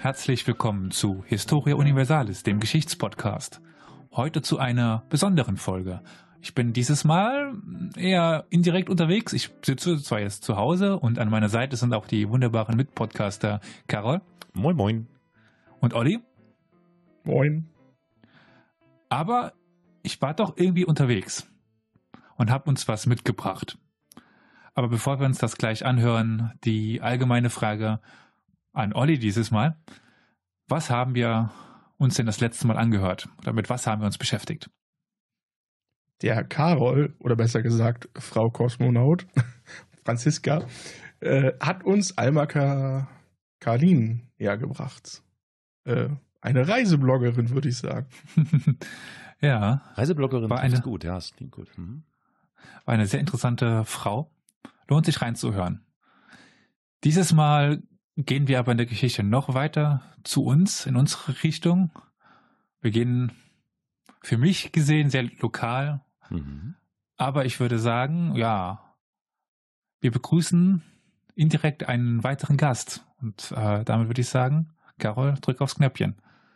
Herzlich willkommen zu Historia Universalis, dem Geschichtspodcast. Heute zu einer besonderen Folge. Ich bin dieses Mal eher indirekt unterwegs. Ich sitze zwar jetzt zu Hause und an meiner Seite sind auch die wunderbaren Mitpodcaster Carol. Moin, moin. Und Olli. Moin. Aber ich war doch irgendwie unterwegs und habe uns was mitgebracht. Aber bevor wir uns das gleich anhören, die allgemeine Frage an Olli dieses Mal. Was haben wir uns denn das letzte Mal angehört? Oder mit was haben wir uns beschäftigt? Der Carol, oder besser gesagt Frau Kosmonaut, Franziska, hat uns Alma Karlin hergebracht. Eine Reisebloggerin, würde ich sagen. Ja. Reisebloggerin ist gut, ja, das klingt gut. War eine sehr interessante Frau. Lohnt sich reinzuhören. Dieses Mal gehen wir aber in der Geschichte noch weiter zu uns, in unsere Richtung. Wir gehen für mich gesehen sehr lokal. Aber ich würde sagen, ja, wir begrüßen indirekt einen weiteren Gast. Und damit würde ich sagen, Carol, drück aufs Knöpfchen.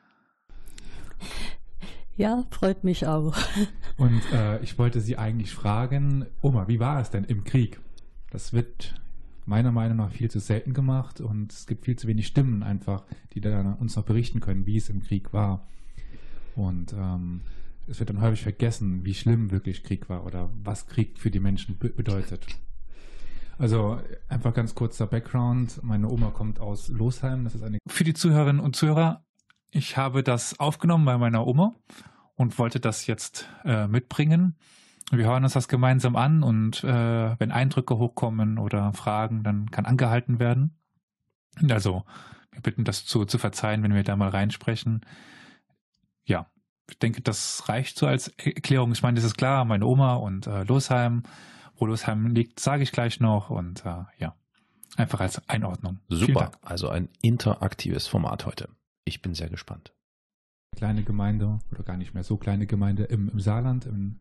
Ja, freut mich auch. Und ich wollte Sie eigentlich fragen, Oma, wie war es denn im Krieg? Das wird meiner Meinung nach viel zu selten gemacht und es gibt viel zu wenig Stimmen einfach, die da uns noch berichten können, wie es im Krieg war. Und es wird dann häufig vergessen, wie schlimm wirklich Krieg war oder was Krieg für die Menschen bedeutet. Also einfach ganz kurzer Background. Meine Oma kommt aus Losheim. Das ist eine. Für die Zuhörerinnen und Zuhörer, ich habe das aufgenommen bei meiner Oma und wollte das jetzt mitbringen. Wir hören uns das gemeinsam an und wenn Eindrücke hochkommen oder Fragen, dann kann angehalten werden. Also wir bitten das zu verzeihen, wenn wir da mal reinsprechen. Ja, ich denke, das reicht so als Erklärung. Ich meine, das ist klar, meine Oma und Losheim. Wo Losheim liegt, sage ich gleich noch und ja, einfach als Einordnung. Super, also ein interaktives Format heute. Ich bin sehr gespannt. Kleine Gemeinde oder gar nicht mehr so kleine Gemeinde im Saarland, im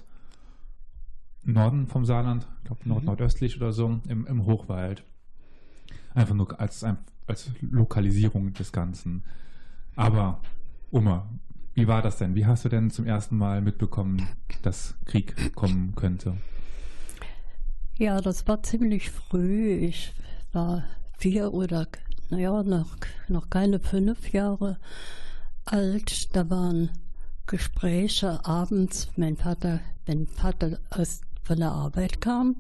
Norden vom Saarland, ich glaube nordöstlich oder so, im Hochwald. Einfach nur als Lokalisierung des Ganzen. Aber, Oma, wie war das denn? Wie hast du denn zum ersten Mal mitbekommen, dass Krieg kommen könnte? Ja, das war ziemlich früh. Ich war 4 oder, noch keine 5 Jahre alt. Da waren Gespräche abends, wenn Vater von der Arbeit kam,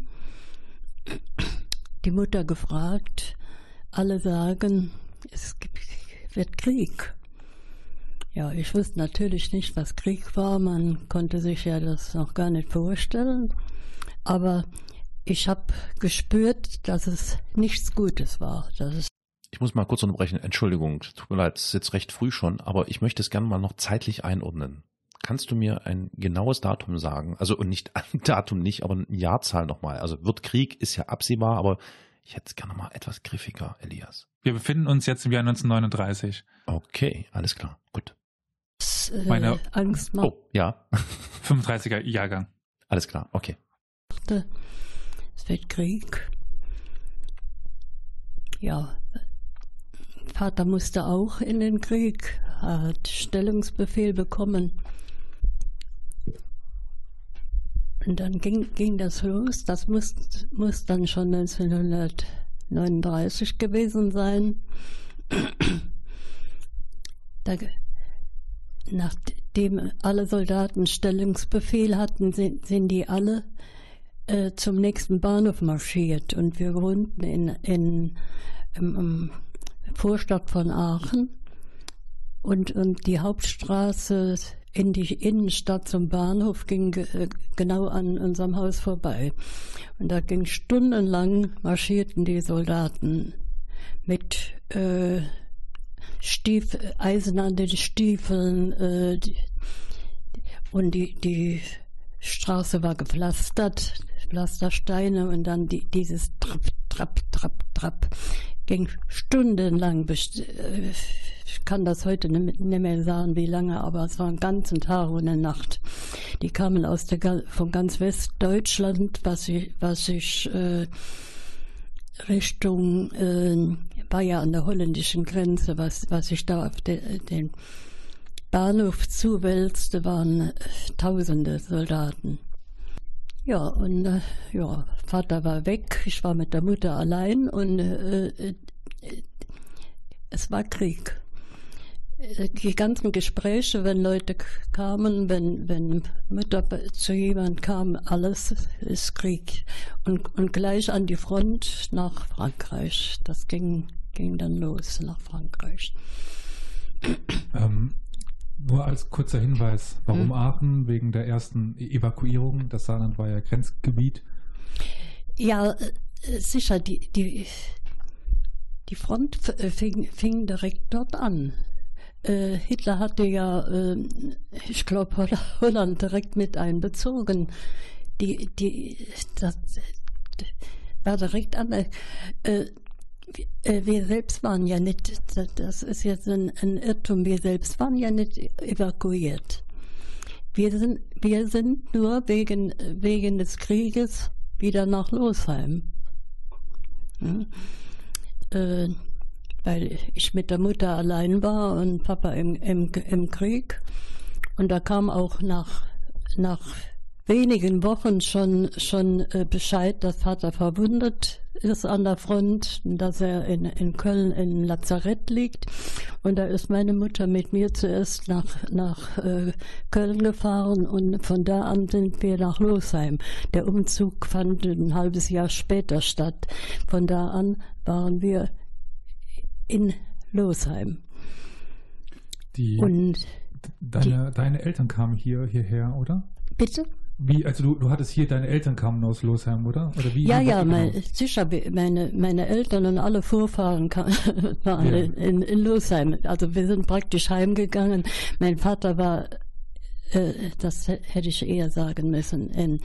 die Mutter gefragt, alle sagen, wird Krieg. Ja, ich wusste natürlich nicht, was Krieg war, man konnte sich ja das noch gar nicht vorstellen, aber ich habe gespürt, dass es nichts Gutes war. Ich muss mal kurz unterbrechen, Entschuldigung, tut mir leid, es ist jetzt recht früh schon, aber ich möchte es gerne mal noch zeitlich einordnen. Kannst du mir ein genaues Datum sagen? Also und nicht ein Datum nicht, aber eine Jahrzahl nochmal. Also wird Krieg, ist ja absehbar, aber ich hätte es gerne mal etwas griffiger, Elias. Wir befinden uns jetzt im Jahr 1939. Okay, alles klar, gut. Meine Angst macht. Oh, ja. 35er Jahrgang. Alles klar, okay. Es wird Krieg. Ja, Vater musste auch in den Krieg, hat Stellungsbefehl bekommen. Und dann ging das los. Das muss dann schon 1939 gewesen sein. Nachdem alle Soldaten Stellungsbefehl hatten, sind die alle zum nächsten Bahnhof marschiert. Und wir wohnten im Vorstadt von Aachen. Und die Hauptstraße in die Innenstadt zum Bahnhof ging genau an unserem Haus vorbei. Und da ging stundenlang, marschierten die Soldaten mit Eisen an den Stiefeln und die Straße war gepflastert, Pflastersteine und dann dieses Trapp, Trapp, Trapp, Trapp ging stundenlang. Ich kann das heute nicht mehr sagen, wie lange, aber es war einen ganzen Tag und eine Nacht. Die kamen von ganz Westdeutschland, was ich Richtung war ja an der holländischen Grenze, was sich da auf den Bahnhof zuwälzte, waren tausende Soldaten. Ja, und Vater war weg, ich war mit der Mutter allein und es war Krieg. Die ganzen Gespräche, wenn Leute kamen, wenn Mutter zu jemand kam, alles ist Krieg. Und gleich an die Front nach Frankreich. Das ging dann los nach Frankreich. Nur als kurzer Hinweis, warum Aachen? Wegen der ersten Evakuierung. Das Saarland war ja Grenzgebiet. Ja, sicher, die Front fing direkt dort an. Hitler hatte ja, ich glaube, Holland direkt mit einbezogen. Das war direkt an. Wir selbst waren ja nicht, das ist jetzt ein Irrtum, wir selbst waren ja nicht evakuiert. Wir sind nur wegen des Krieges wieder nach Losheim. Weil ich mit der Mutter allein war und Papa im Krieg. Und da kam auch nach wenigen Wochen schon Bescheid, dass Vater verwundet ist an der Front, dass er in Köln im Lazarett liegt. Und da ist meine Mutter mit mir zuerst nach Köln gefahren und von da an sind wir nach Losheim. Der Umzug fand ein halbes Jahr später statt. Von da an waren wir in Losheim. Deine Eltern kamen hierher, oder? Bitte? Wie, also du hattest hier, deine Eltern kamen aus Losheim, oder? Oder wie? Ja, sicher, meine Eltern und alle Vorfahren waren in Losheim. Also wir sind praktisch heimgegangen. Mein Vater war, das hätte ich eher sagen müssen,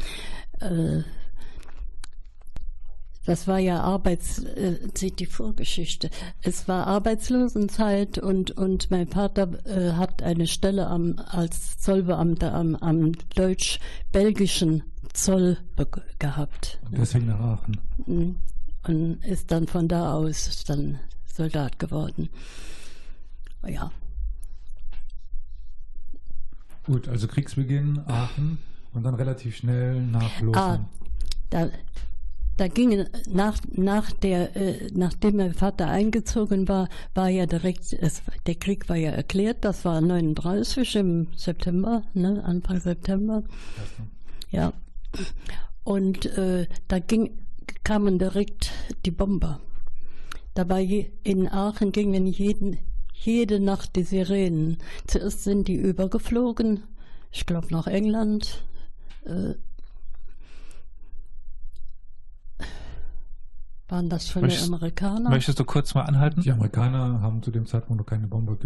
das war ja sieht die Vorgeschichte. Es war Arbeitslosenzeit und mein Vater hat eine Stelle als Zollbeamter am deutsch-belgischen Zoll gehabt. Und deswegen nach Aachen. Und ist dann von da aus dann Soldat geworden. Ja. Gut, also Kriegsbeginn, Aachen und dann relativ schnell nach Losheim. Da gingen nachdem mein Vater eingezogen war ja direkt, der Krieg war ja erklärt, das war 39 im September, ne, Anfang September. Ja. Und da kamen direkt die Bomber. Dabei in Aachen gingen jede Nacht die Sirenen. Zuerst sind die übergeflogen, ich glaube nach England. Waren das schon die Amerikaner? Möchtest du kurz mal anhalten? Die Amerikaner haben zu dem Zeitpunkt noch keine Bombe.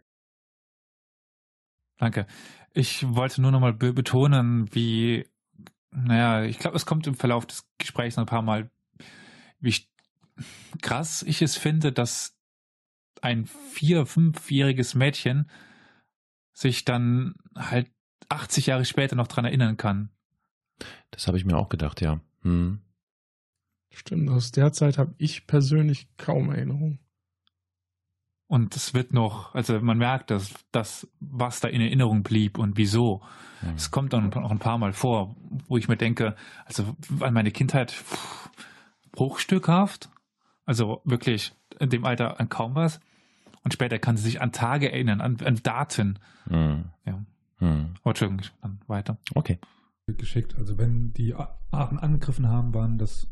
Danke. Ich wollte nur noch mal betonen, ich glaube, es kommt im Verlauf des Gesprächs noch ein paar Mal, wie krass ich es finde, dass ein 4-, 5-jähriges Mädchen sich dann halt 80 Jahre später noch dran erinnern kann. Das habe ich mir auch gedacht, ja. Stimmt, aus der Zeit habe ich persönlich kaum Erinnerung. Und es wird noch, also man merkt, dass was da in Erinnerung blieb und wieso. Es kommt dann auch ein paar Mal vor, wo ich mir denke, also an meine Kindheit bruchstückhaft, also wirklich in dem Alter an kaum was. Und später kann sie sich an Tage erinnern, an Daten. Ja. Oh, Entschuldigung, dann weiter. Okay. Geschickt. Also wenn die Aachen angegriffen haben, waren das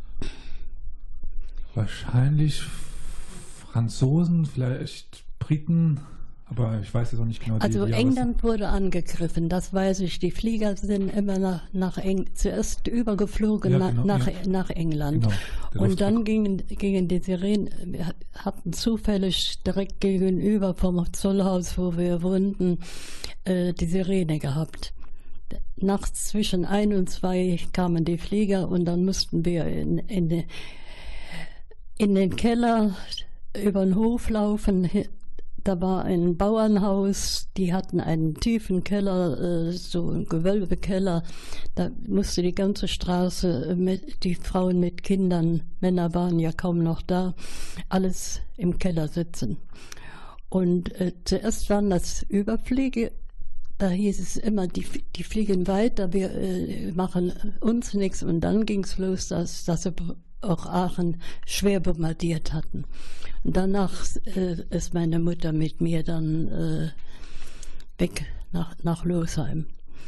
wahrscheinlich Franzosen, vielleicht Briten, aber ich weiß jetzt auch nicht genau. Also England wurde angegriffen, das weiß ich. Die Flieger sind immer zuerst übergeflogen nach England. Genau, und dann gingen die Sirenen, wir hatten zufällig direkt gegenüber vom Zollhaus, wo wir wohnten, die Sirene gehabt. Nachts zwischen 1 und 2 kamen die Flieger und dann mussten wir in den Keller über den Hof laufen. da war ein Bauernhaus, die hatten einen tiefen Keller, so einen Gewölbekeller. Da musste die ganze Straße, die Frauen mit Kindern, Männer waren ja kaum noch da, alles im Keller sitzen. Und zuerst waren das Überfliege. Da hieß es immer, die fliegen weiter, wir machen uns nichts. Und dann ging es los, dass sie auch Aachen schwer bombardiert hatten. Und danach ist meine Mutter mit mir dann weg nach Losheim.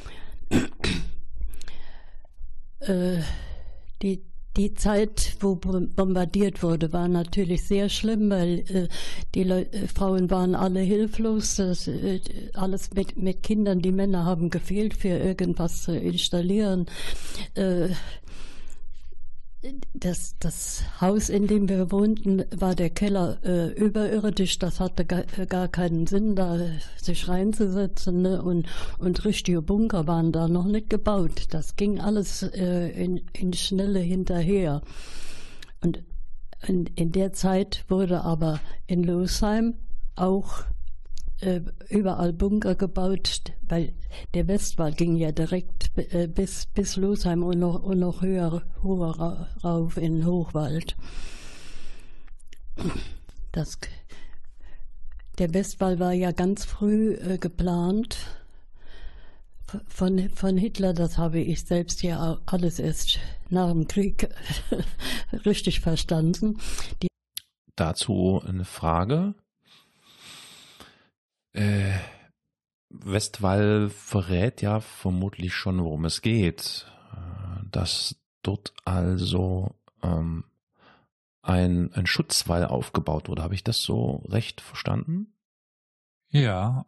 Die Zeit, wo bombardiert wurde, war natürlich sehr schlimm, weil die Frauen waren alle hilflos, alles mit Kindern, die Männer haben gefehlt, für irgendwas zu installieren. Das Haus, in dem wir wohnten, war der Keller überirdisch. Das hatte gar keinen Sinn, da sich reinzusetzen. Ne? Und richtige Bunker waren da noch nicht gebaut. Das ging alles in Schnelle hinterher. Und in der Zeit wurde aber in Losheim auch überall Bunker gebaut, weil der Westwall ging ja direkt bis Losheim und noch höher rauf in Hochwald. Der Westwall war ja ganz früh geplant von Hitler. Das habe ich selbst ja alles erst nach dem Krieg richtig verstanden. Dazu eine Frage. Westwall verrät ja vermutlich schon, worum es geht. Dass dort also ein Schutzwall aufgebaut wurde. Habe ich das so recht verstanden? Ja,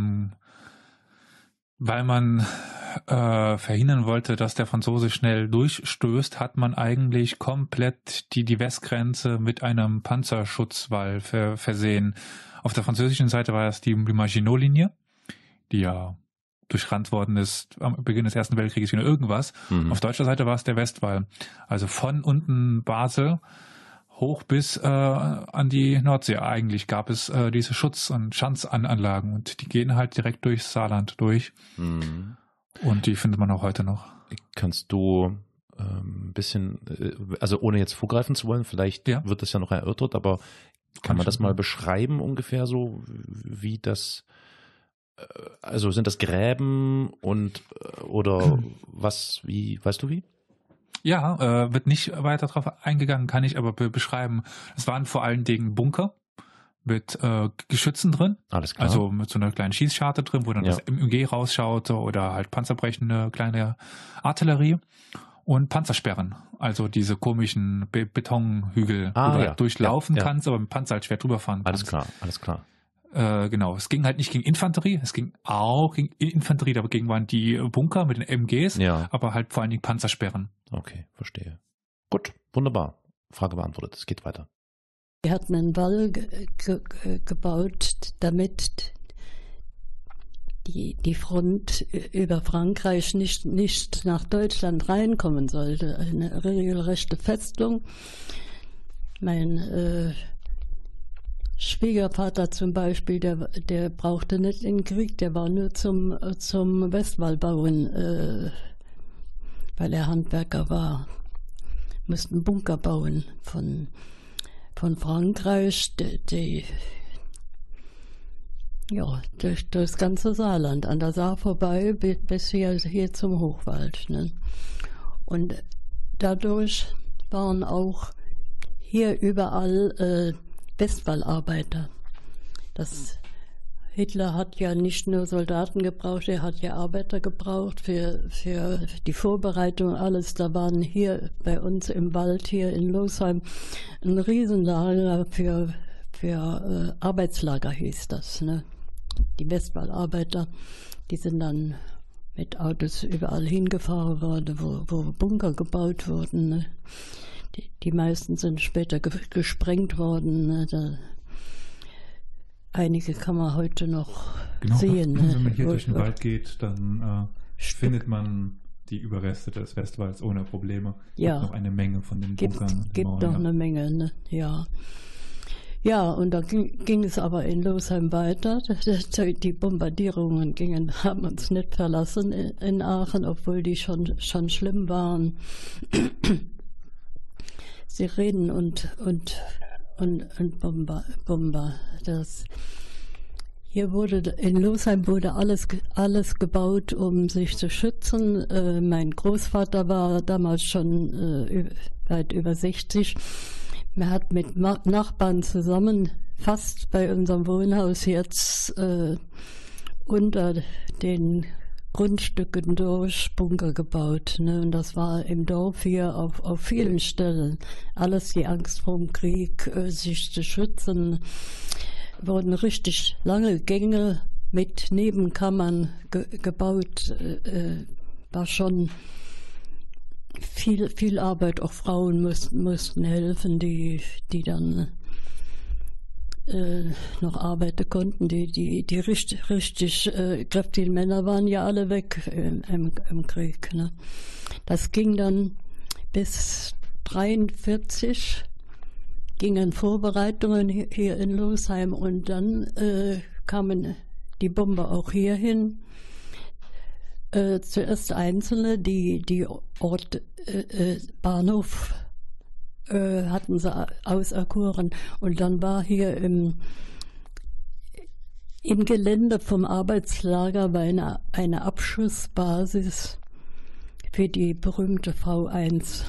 weil man verhindern wollte, dass der Franzose schnell durchstößt, hat man eigentlich komplett die Westgrenze mit einem Panzerschutzwall versehen. Auf der französischen Seite war es die Maginot-Linie, die ja durchrannt worden ist am Beginn des Ersten Weltkrieges wie nur irgendwas. Mhm. Auf deutscher Seite war es der Westwall. Also von unten Basel hoch bis an die Nordsee. Eigentlich gab es diese Schutz- und Schanzanlagen und die gehen halt direkt durchs Saarland durch. Mhm. Und die findet man auch heute noch. Kannst du ein bisschen, also ohne jetzt vorgreifen zu wollen, vielleicht wird das ja noch erörtert, aber kann man das mal beschreiben ungefähr so, wie das, also sind das Gräben und oder was, wie, weißt du wie? Ja, wird nicht weiter darauf eingegangen, kann ich aber beschreiben. Es waren vor allen Dingen Bunker mit Geschützen drin. Alles klar. Also mit so einer kleinen Schießscharte drin, wo dann das MG rausschaute oder halt panzerbrechende kleine Artillerie. Und Panzersperren, also diese komischen Betonhügel, wo du halt durchlaufen kannst, aber mit Panzer halt schwer drüber fahren kannst. Alles klar. Genau, es ging halt nicht gegen Infanterie, es ging auch gegen Infanterie, dagegen waren die Bunker mit den MGs, aber halt vor allen Dingen Panzersperren. Okay, verstehe. Gut, wunderbar. Frage beantwortet, es geht weiter. Wir hatten einen Wall gebaut, damit die Front über Frankreich nicht nach Deutschland reinkommen sollte. Eine regelrechte Festung. Mein Schwiegervater zum Beispiel, der brauchte nicht in den Krieg, der war nur zum Westwall bauen, weil er Handwerker war. Mussten Bunker bauen von Frankreich, durch das ganze Saarland, an der Saar vorbei, bis hier zum Hochwald. Ne? Und dadurch waren auch hier überall Westwallarbeiter. Hitler hat ja nicht nur Soldaten gebraucht, er hat ja Arbeiter gebraucht für die Vorbereitung, alles. Da waren hier bei uns im Wald, hier in Losheim, ein Riesenlager für Arbeitslager hieß das, ne? Die Westwallarbeiter, die sind dann mit Autos überall hingefahren worden, wo Bunker gebaut wurden. Ne? Die meisten sind später gesprengt worden. Ne? Einige kann man heute noch sehen. Ne? Wenn man hier durch den Wald geht, dann findet man die Überreste des Westwalds ohne Probleme. Ja. Gibt noch eine Menge von den Bunkern. Gibt noch eine Menge, ne? Ja. Ja, und da ging es aber in Losheim weiter. Die Bombardierungen haben uns nicht verlassen in Aachen, obwohl die schon schlimm waren. Sirenen und Bomber. In Losheim wurde alles gebaut, um sich zu schützen. Mein Großvater war damals schon weit über 60. Man hat mit Nachbarn zusammen fast bei unserem Wohnhaus jetzt unter den Grundstücken durch Bunker gebaut. Ne? Und das war im Dorf hier auf vielen Stellen. Alles die Angst vor dem Krieg, sich zu schützen. Wurden richtig lange Gänge mit Nebenkammern gebaut. War schon viel Arbeit. Auch Frauen mussten helfen, die dann noch arbeiten konnten. Die richtig kräftigen Männer waren ja alle weg im Krieg. Ne? Das ging dann bis 1943. Gingen Vorbereitungen hier in Losheim und dann kamen die Bomber auch hierhin. Zuerst einzelne, die Bahnhof hatten sie auserkoren und dann war hier im Gelände vom Arbeitslager war eine Abschussbasis für die berühmte V1.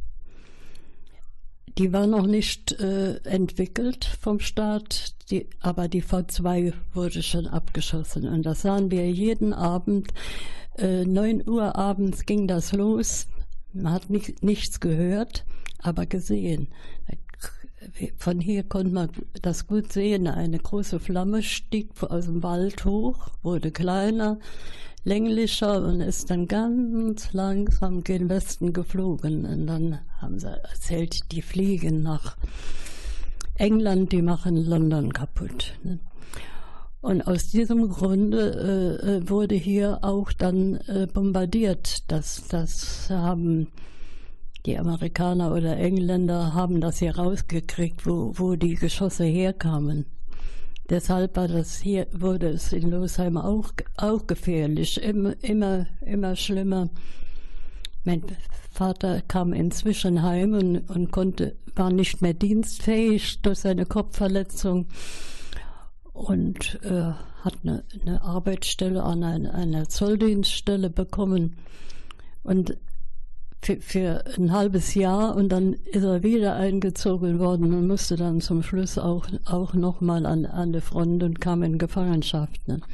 Die war noch nicht entwickelt vom Staat, aber die V2 wurde schon abgeschossen. Und das sahen wir jeden Abend. 9 Uhr abends ging das los. Man hat nichts gehört, aber gesehen. Von hier konnte man das gut sehen. Eine große Flamme stieg aus dem Wald hoch, wurde kleiner, länglicher und ist dann ganz langsam gen Westen geflogen. Und dann haben sie erzählt, die fliegen nach England, die machen London kaputt. Ne? Und aus diesem Grunde wurde hier auch dann bombardiert. Das haben die Amerikaner oder Engländer haben das hier rausgekriegt, wo die Geschosse herkamen. Deshalb wurde es in Losheim auch gefährlich, immer schlimmer. Mein Vater kam inzwischen heim und war nicht mehr dienstfähig durch seine Kopfverletzung und hat eine Arbeitsstelle an einer Zolldienststelle bekommen und für ein halbes Jahr und dann ist er wieder eingezogen worden und musste dann zum Schluss auch nochmal an der Front und kam in Gefangenschaft. Ne?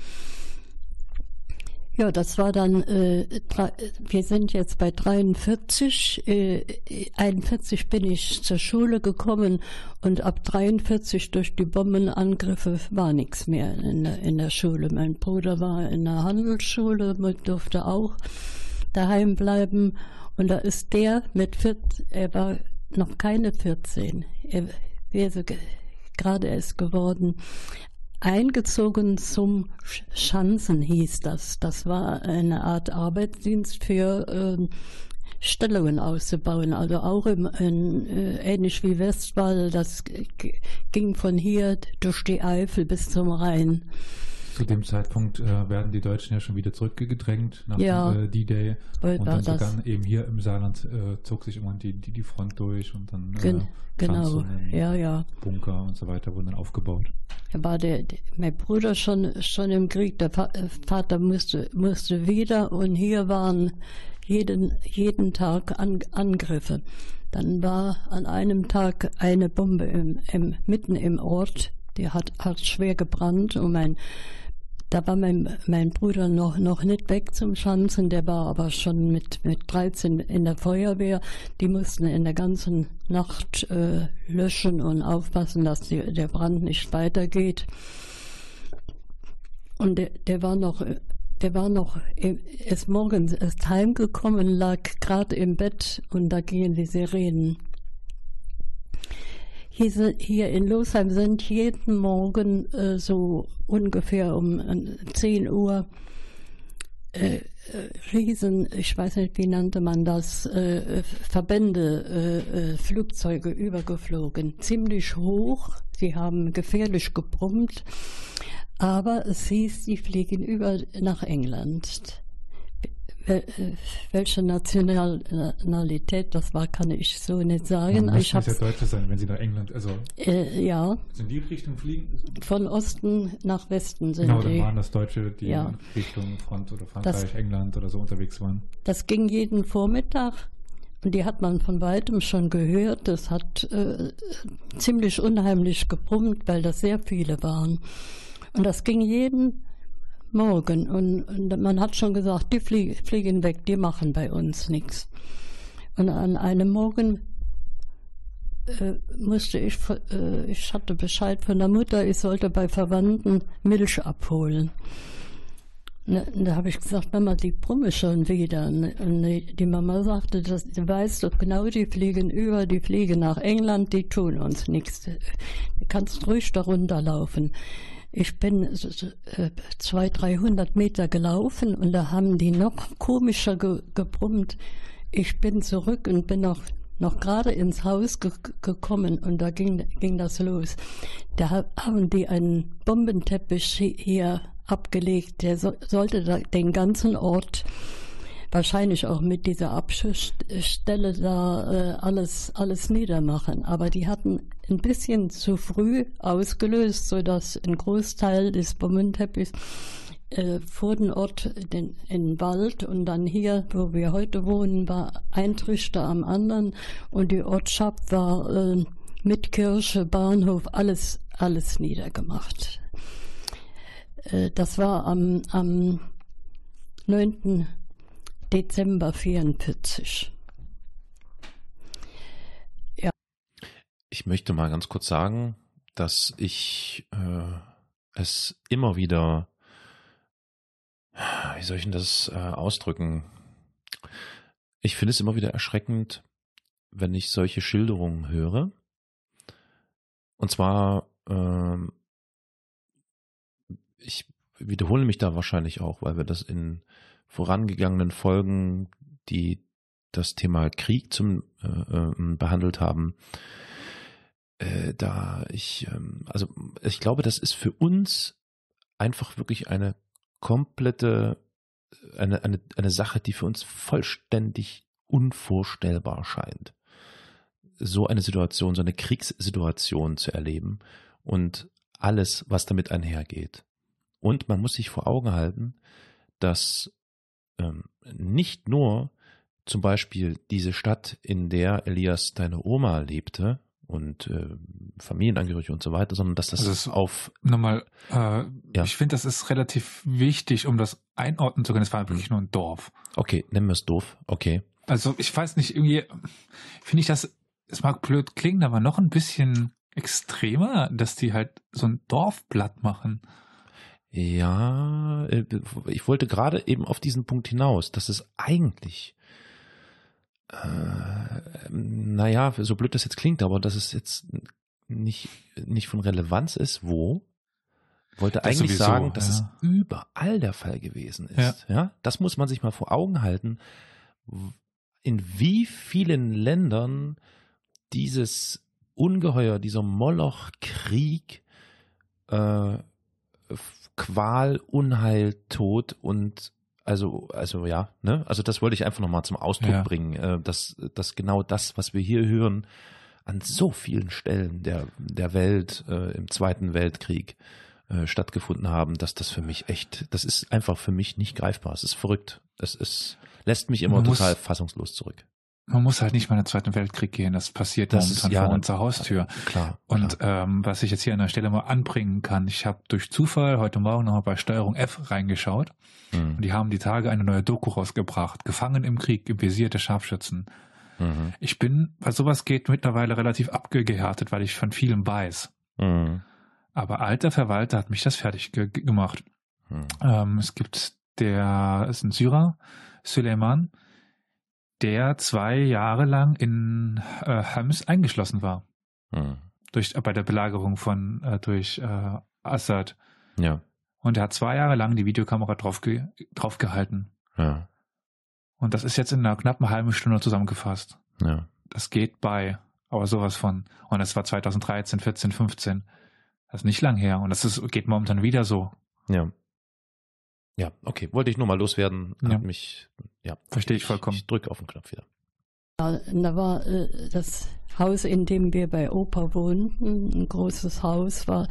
Ja, das war dann, wir sind jetzt bei 43, 41 bin ich zur Schule gekommen und ab 43 durch die Bombenangriffe war nichts mehr in der Schule. Mein Bruder war in der Handelsschule, durfte auch daheim bleiben. Und da ist der er war noch keine 14, er wäre gerade erst geworden, eingezogen zum Schanzen hieß das. Das war eine Art Arbeitsdienst für Stellungen auszubauen, also auch ähnlich wie Westwall, das ging von hier durch die Eifel bis zum Rhein. Zu dem Zeitpunkt werden die Deutschen ja schon wieder zurückgedrängt nach dem D-Day. Und dann sogar eben hier im Saarland zog sich immer die Front durch und dann genau. Ja. Bunker und so weiter wurden dann aufgebaut. Da war mein Bruder schon im Krieg, der Vater musste wieder und hier waren jeden Tag Angriffe. Dann war an einem Tag eine Bombe mitten im Ort, die hat schwer gebrannt und da war mein Bruder noch nicht weg zum Schanzen, der war aber schon mit 13 in der Feuerwehr. Die mussten in der ganzen Nacht löschen und aufpassen, dass der Brand nicht weitergeht. Und der war noch ist morgens erst heimgekommen, lag gerade im Bett und da gingen die Sirenen. Hier in Losheim sind jeden Morgen so ungefähr um 10 Uhr Riesen, ich weiß nicht, wie nannte man das, Verbände, Flugzeuge übergeflogen. Ziemlich hoch, die haben gefährlich gebrummt, aber es hieß, die fliegen über nach England. Welche Nationalität das war, kann ich so nicht sagen. Man Ich muss ja hab's, Deutsche sein, wenn sie nach England, also ja, in die Richtung fliegen. von Osten nach Westen sind Genau, dann die. waren das Deutsche, die Ja. in Richtung Front oder Frankreich, England oder so unterwegs waren. Das ging jeden Vormittag und die hat man von weitem schon gehört. Das hat ziemlich unheimlich gebrummt, weil das sehr viele waren. Und das ging jeden Morgen. Und man hat schon gesagt, die fliegen weg, die machen bei uns nichts. Und an einem Morgen musste ich hatte Bescheid von der Mutter, ich sollte bei Verwandten Milch abholen. Und da habe ich gesagt, Mama, die brummen schon wieder. Und die Mama sagte, du weißt doch genau, die fliegen nach England, die tun uns nichts. Du kannst ruhig da runterlaufen. Ich bin 200-300 Meter gelaufen und da haben die noch komischer gebrummt. Ich bin zurück und bin noch gerade ins Haus gekommen und da ging das los. Da haben die einen Bombenteppich hier abgelegt, der sollte den ganzen Ort, wahrscheinlich auch mit dieser Abschussstelle da alles niedermachen. Aber die hatten ein bisschen zu früh ausgelöst, sodass ein Großteil des Bommenteppichs vor den Ort in den Wald und dann hier, wo wir heute wohnen, war ein Trichter am anderen und die Ortschaft war mit Kirche, Bahnhof, alles niedergemacht. Das war am 9. Dezember 1944. Ja. Ich möchte mal ganz kurz sagen, dass ich es immer wieder, wie soll ich denn das ausdrücken? Ich finde es immer wieder erschreckend, wenn ich solche Schilderungen höre. Und zwar, ich wiederhole mich da wahrscheinlich auch, weil wir das in vorangegangenen Folgen, die das Thema Krieg behandelt haben, also ich glaube, das ist für uns einfach wirklich eine komplette, eine Sache, die für uns vollständig unvorstellbar scheint. So eine Situation, so eine Kriegssituation zu erleben und alles, was damit einhergeht. Und man muss sich vor Augen halten, dass nicht nur zum Beispiel diese Stadt, in der Elias, deine Oma, lebte und Familienangehörige und so weiter, sondern dass das Also auf... Nochmal, Ja. ich finde, das ist relativ wichtig, um das einordnen zu können. Es war wirklich nur ein Dorf. Okay, nennen wir es doof, okay. Also ich weiß nicht, irgendwie finde ich das, es mag blöd klingen, aber noch ein bisschen extremer, dass die halt so ein Dorf platt machen. Ja, ich wollte gerade eben auf diesen Punkt hinaus, dass es eigentlich, naja, so blöd das jetzt klingt, aber dass es jetzt nicht von Relevanz ist, wo, wollte Das eigentlich sowieso, sagen, dass ja. es überall der Fall gewesen ist. Ja, das muss man sich mal vor Augen halten, in wie vielen Ländern dieses Ungeheuer, dieser Moloch-Krieg, Qual, Unheil, Tod und also ja, ne? Also das wollte ich einfach nochmal zum Ausdruck bringen, dass genau das, was wir hier hören, an so vielen Stellen der Welt im Zweiten Weltkrieg stattgefunden haben, dass das für mich echt, das ist einfach für mich nicht greifbar. Es ist verrückt. Lässt mich immer total fassungslos zurück. Man muss halt nicht mal in den Zweiten Weltkrieg gehen, das passiert momentan vor unserer Haustür. Klar. Und was ich jetzt hier an der Stelle mal anbringen kann, ich habe durch Zufall heute Morgen nochmal bei Steuerung F reingeschaut und die haben die Tage eine neue Doku rausgebracht, Gefangen im Krieg, im Visier der Scharfschützen. Mhm. Ich bin, was sowas geht, mittlerweile relativ abgehärtet, weil ich von vielem weiß. Mhm. Aber alter Verwalter hat mich das fertig gemacht. Es gibt ist ein Syrer, Süleyman, der 2 Jahre lang in Homs eingeschlossen war. Bei der Belagerung durch Assad. Ja. Und er hat 2 Jahre lang die Videokamera drauf gehalten. Ja. Und das ist jetzt in einer knappen halben Stunde zusammengefasst. Ja. Das geht bei Aber sowas von. Und das war 2013, 14, 15. Das ist nicht lang her. Und geht momentan wieder so. Ja. Ja, okay. Wollte ich nur mal loswerden. Ja. Verstehe ich vollkommen. Ich drücke auf den Knopf wieder. Da war das Haus, in dem wir bei Opa wohnten, ein großes Haus, war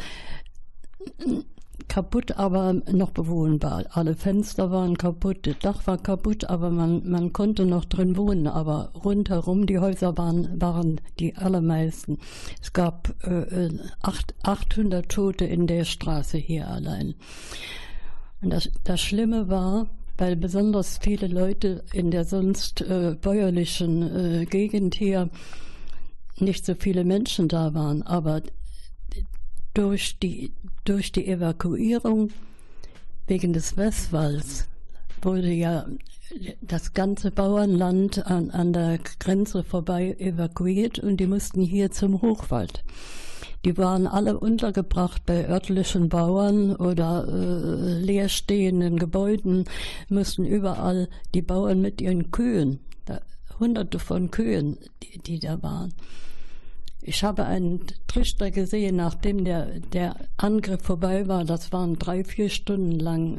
kaputt, aber noch bewohnbar. Alle Fenster waren kaputt, das Dach war kaputt, aber man konnte noch drin wohnen. Aber rundherum, die Häuser waren die allermeisten. Es gab 800 Tote in der Straße hier allein. Und das Schlimme war, weil besonders viele Leute in der sonst bäuerlichen Gegend hier nicht so viele Menschen da waren, aber durch die Evakuierung wegen des Westwalls wurde ja das ganze Bauernland an der Grenze vorbei evakuiert und die mussten hier zum Hochwald. Die waren alle untergebracht bei örtlichen Bauern oder leerstehenden Gebäuden, mussten überall die Bauern mit ihren Kühen, Hunderte von Kühen, die da waren. Ich habe einen Trichter gesehen, nachdem der Angriff vorbei war. Das waren 3-4 Stunden lang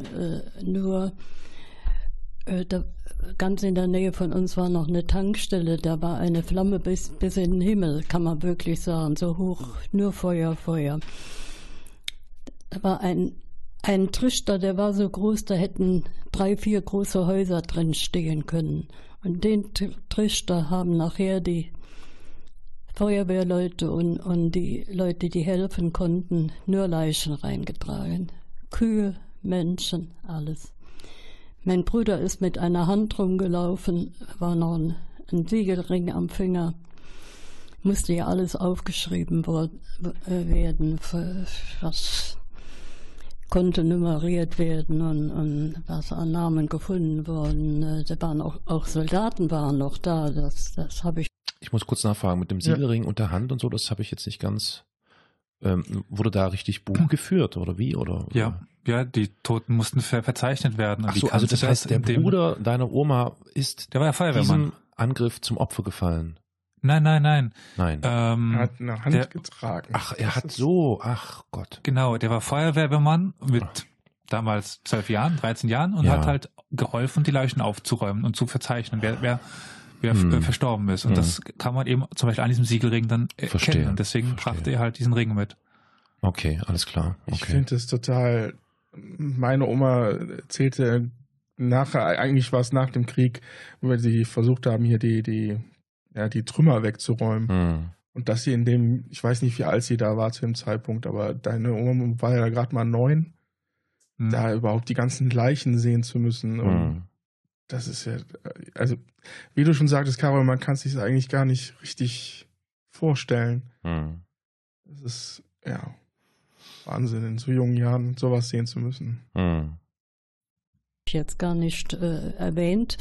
ganz in der Nähe von uns war noch eine Tankstelle. Da war eine Flamme bis in den Himmel, kann man wirklich sagen. So hoch, nur Feuer. Da war ein Trichter, der war so groß, da hätten 3-4 große Häuser drin stehen können. Und den Trichter haben nachher die Feuerwehrleute und die Leute, die helfen konnten, nur Leichen reingetragen. Kühe, Menschen, alles. Mein Bruder ist mit einer Hand rumgelaufen, war noch ein Siegelring am Finger. Musste ja alles aufgeschrieben werden, was konnte nummeriert werden und was an Namen gefunden worden. Da waren auch Soldaten waren noch da, das habe ich. Ich muss kurz nachfragen, mit dem Siegelring und der Hand und so, das habe ich jetzt nicht ganz, wurde da richtig Buch geführt oder wie? Oder? Ja, die Toten mussten verzeichnet werden. Ach so, also das heißt, der Bruder deiner Oma ist der war ja Feuerwehrmann. Diesem Angriff zum Opfer gefallen? Nein. Er hat eine Hand getragen. Ach, ach Gott. Genau, der war Feuerwehrmann mit damals 13 Jahren und hat halt geholfen, die Leichen aufzuräumen und zu verzeichnen, wer verstorben ist. Und das kann man eben zum Beispiel an diesem Siegelring dann erkennen. Und deswegen brachte er halt diesen Ring mit. Okay, alles klar. Okay. Ich finde es total, meine Oma erzählte eigentlich war es nach dem Krieg, weil sie versucht haben, hier die Trümmer wegzuräumen. Und dass sie ich weiß nicht, wie alt sie da war zu dem Zeitpunkt, aber deine Oma war ja gerade mal 9, da überhaupt die ganzen Leichen sehen zu müssen. Und das ist ja, also wie du schon sagtest, Karol, man kann es sich eigentlich gar nicht richtig vorstellen. Das ist, Wahnsinn, in so jungen Jahren sowas sehen zu müssen. Jetzt gar nicht erwähnt.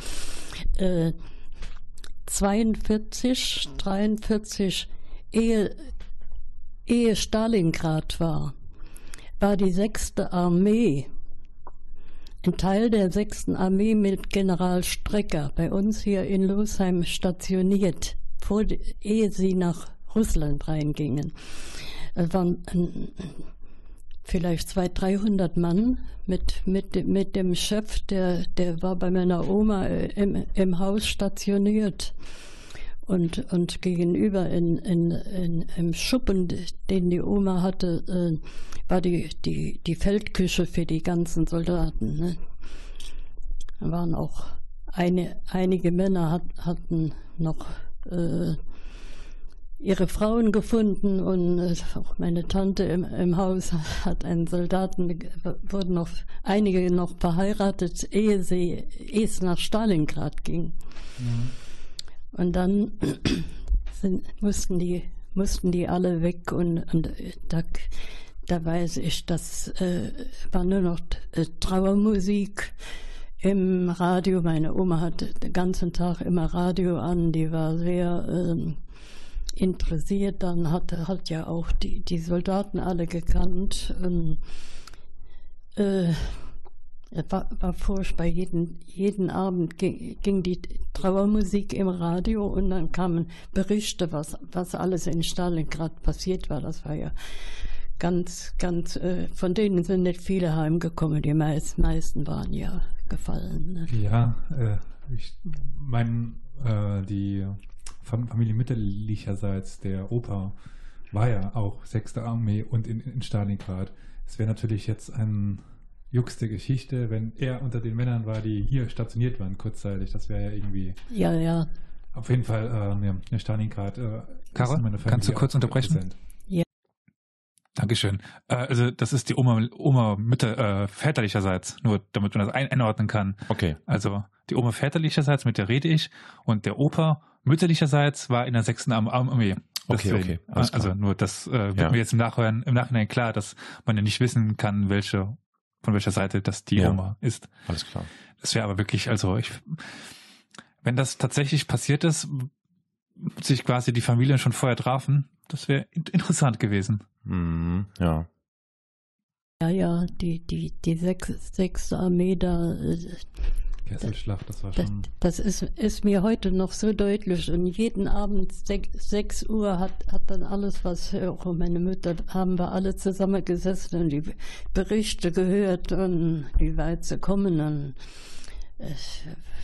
43, ehe Stalingrad war die 6. Armee, ein Teil der 6. Armee mit General Strecker bei uns hier in Losheim stationiert, ehe sie nach Russland reingingen. Es waren vielleicht 200-300 Mann mit dem Chef, der war bei meiner Oma im Haus stationiert. Und gegenüber im Schuppen, den die Oma hatte, war die Feldküche für die ganzen Soldaten. Ne? Da waren auch einige Männer hatten noch ihre Frauen gefunden und auch meine Tante im Haus hat einen Soldaten, wurden noch einige noch verheiratet, ehe es nach Stalingrad ging. Und dann mussten die alle weg und da weiß ich, das war nur noch Trauermusik im Radio. Meine Oma hatte den ganzen Tag immer Radio an, die war sehr interessiert, dann hat ja auch die Soldaten alle gekannt. Es war furchtbar. Jeden Abend ging die Trauermusik im Radio und dann kamen Berichte, was alles in Stalingrad passiert war. Das war ja ganz, von denen sind nicht viele heimgekommen. Die meisten waren ja gefallen. Ne? Ja, die Familie mütterlicherseits, der Opa war ja auch 6. Armee und in Stalingrad. Es wäre natürlich jetzt eine juxte Geschichte, wenn er unter den Männern war, die hier stationiert waren kurzzeitig. Das wäre ja irgendwie... Ja. Auf jeden Fall, Stalingrad. Caro, kannst du kurz unterbrechen? Präsent. Ja. Dankeschön. Also das ist die Oma väterlicherseits, nur damit man das einordnen kann. Okay. Also die Oma väterlicherseits, mit der rede ich, und der Opa mütterlicherseits war in der 6. Armee. Deswegen, Okay. Alles klar. Also nur das wird mir jetzt im Nachhinein klar, dass man ja nicht wissen kann, von welcher Seite das die Oma ist. Alles klar. Das wäre aber wirklich, wenn das tatsächlich passiert ist, sich quasi die Familien schon vorher trafen, das wäre interessant gewesen. Mhm, ja. Ja, die 6. Armee da. Kesselschlacht, das war schon... Das ist mir heute noch so deutlich. Und jeden Abend 6 Uhr hat dann alles, was auch meine Mutter, haben wir alle zusammengesessen und die Berichte gehört und wie weit sie kommen. Und es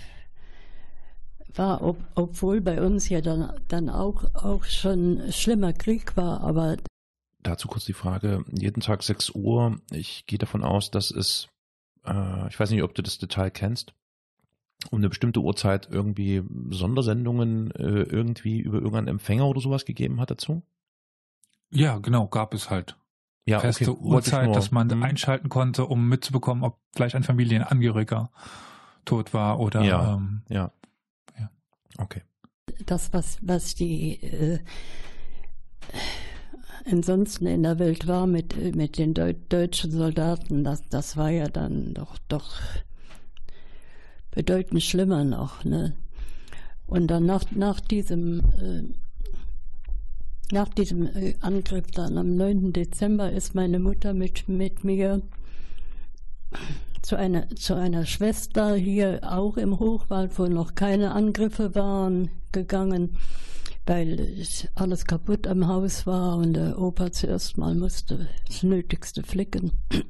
war, obwohl bei uns ja dann auch schon schlimmer Krieg war, aber... Dazu kurz die Frage, jeden Tag 6 Uhr, ich gehe davon aus, dass es, ich weiß nicht, ob du das Detail kennst, um eine bestimmte Uhrzeit irgendwie Sondersendungen irgendwie über irgendeinen Empfänger oder sowas gegeben hat dazu? Ja, genau, gab es halt. Ja, Feste okay, Uhrzeit, dass man einschalten konnte, um mitzubekommen, ob vielleicht ein Familienangehöriger tot war oder... Ja. Okay. Das, was die ansonsten in der Welt war mit den deutschen Soldaten, das war ja dann doch bedeutend schlimmer noch. Ne? Und dann nach diesem Angriff dann am 9. Dezember ist meine Mutter mit mir zu einer Schwester hier auch im Hochwald, wo noch keine Angriffe waren, gegangen, weil alles kaputt am Haus war und der Opa zuerst mal musste das Nötigste flicken.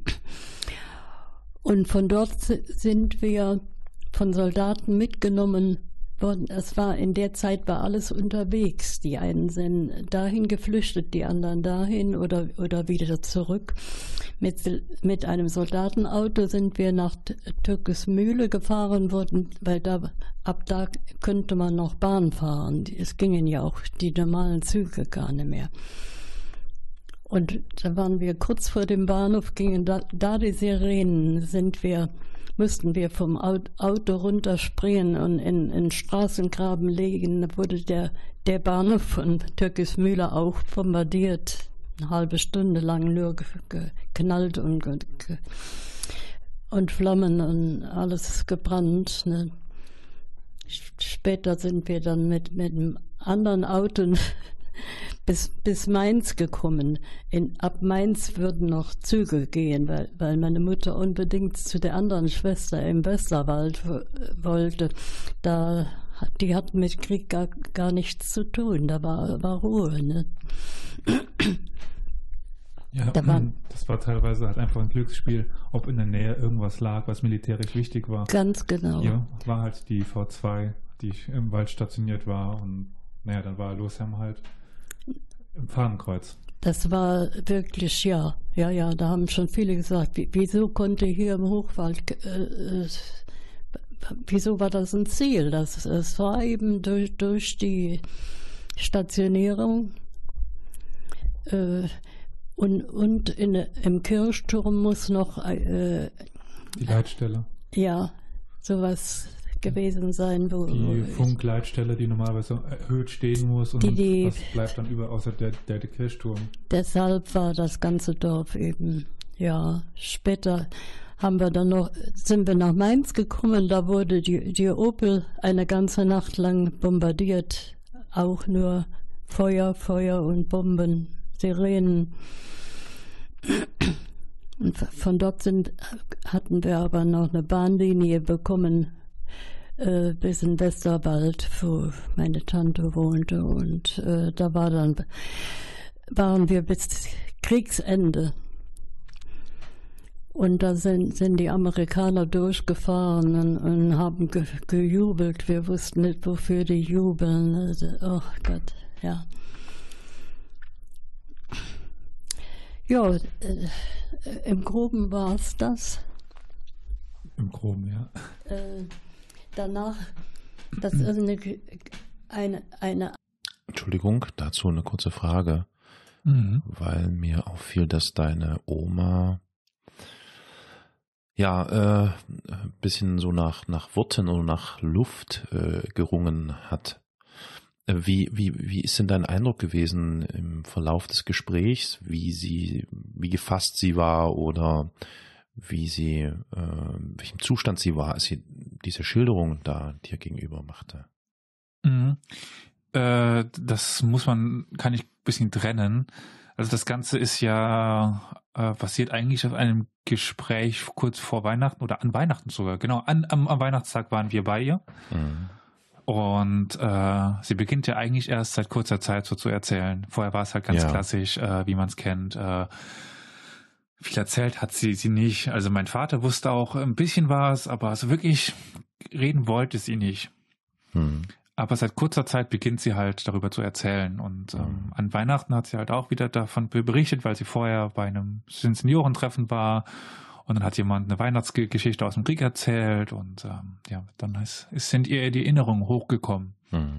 Und von dort sind wir von Soldaten mitgenommen worden. In der Zeit war alles unterwegs. Die einen sind dahin geflüchtet, die anderen dahin oder wieder zurück. Mit einem Soldatenauto sind wir nach Türkesmühle gefahren worden, weil ab da könnte man noch Bahn fahren. Es gingen ja auch die normalen Züge gar nicht mehr. Und da waren wir kurz vor dem Bahnhof, gingen da die Sirenen, mussten wir vom Auto runterspringen und in den Straßengraben legen. Da wurde der Bahnhof von Türkismühle auch bombardiert. Eine halbe Stunde lang nur geknallt und Flammen und alles gebrannt. Ne? Später sind wir dann mit einem anderen Auto bis Mainz gekommen. Ab Mainz würden noch Züge gehen, weil meine Mutter unbedingt zu der anderen Schwester im Westerwald wollte. Die hatten mit Krieg gar nichts zu tun, da war Ruhe. Ne? Ja, das war teilweise halt einfach ein Glücksspiel, ob in der Nähe irgendwas lag, was militärisch wichtig war. Ganz genau. Hier war halt die V2, die im Wald stationiert war, und dann war Losheim halt im Fahnenkreuz. Das war wirklich, ja, da haben schon viele gesagt, wieso konnte hier im Hochwald, wieso war das ein Ziel? Es war eben durch die Stationierung und im Kirchturm muss noch die Leitstelle. Ja, sowas gewesen sein, die Funkleitstelle, die normalerweise erhöht stehen muss, und was bleibt dann über außer der Kirchturm. Deshalb war das ganze Dorf eben, ja. Später sind wir nach Mainz gekommen, da wurde die Opel eine ganze Nacht lang bombardiert, auch nur Feuer und Bomben, Sirenen. Und von dort hatten wir aber noch eine Bahnlinie bekommen, bis in Westerwald, wo meine Tante wohnte. Und da waren wir bis Kriegsende. Und da sind die Amerikaner durchgefahren und haben gejubelt. Wir wussten nicht, wofür die jubeln. Also, oh Gott, ja. Ja, im Groben war es das. Im Groben, ja. Danach, das ist eine Entschuldigung, dazu eine kurze Frage, weil mir auffiel, dass deine Oma ein bisschen so nach Worten oder nach Luft gerungen hat. Wie ist denn dein Eindruck gewesen im Verlauf des Gesprächs, wie gefasst sie war oder welchem Zustand sie war, als sie diese Schilderung da dir gegenüber machte? Das kann ich ein bisschen trennen. Also das Ganze ist ja basiert eigentlich auf einem Gespräch kurz vor Weihnachten oder an Weihnachten sogar. Genau, am Weihnachtstag waren wir bei ihr. Und sie beginnt ja eigentlich erst seit kurzer Zeit so zu erzählen. Vorher war es halt ganz klassisch, wie man es kennt. Viel erzählt hat sie nicht. Also mein Vater wusste auch ein bisschen was, aber so wirklich reden wollte sie nicht. Aber seit kurzer Zeit beginnt sie halt darüber zu erzählen. Und an Weihnachten hat sie halt auch wieder davon berichtet, weil sie vorher bei einem Seniorentreffen war. Und dann hat jemand eine Weihnachtsgeschichte aus dem Krieg erzählt. Und dann sind ihr die Erinnerungen hochgekommen.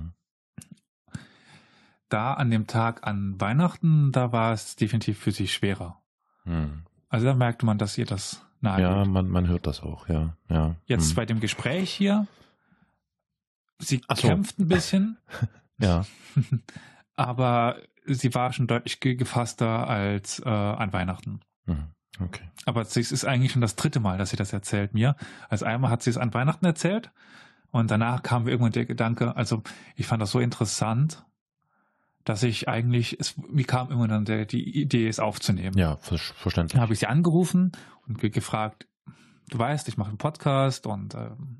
Da an dem Tag an Weihnachten, da war es definitiv für sie schwerer. Also da merkte man, dass ihr das nahe Ja, geht. man hört das auch, ja. Jetzt bei dem Gespräch hier, sie kämpft ein bisschen, Ja. aber sie war schon deutlich gefasster als an Weihnachten. Okay. Aber es ist eigentlich schon das 3. Mal, dass sie das erzählt mir. Also einmal hat sie es an Weihnachten erzählt und danach kam mir irgendwann der Gedanke, also ich fand das so interessant, dass mir kam irgendwann dann die Idee, es aufzunehmen. Ja, verständlich. Dann habe ich sie angerufen und gefragt, du weißt, ich mache einen Podcast und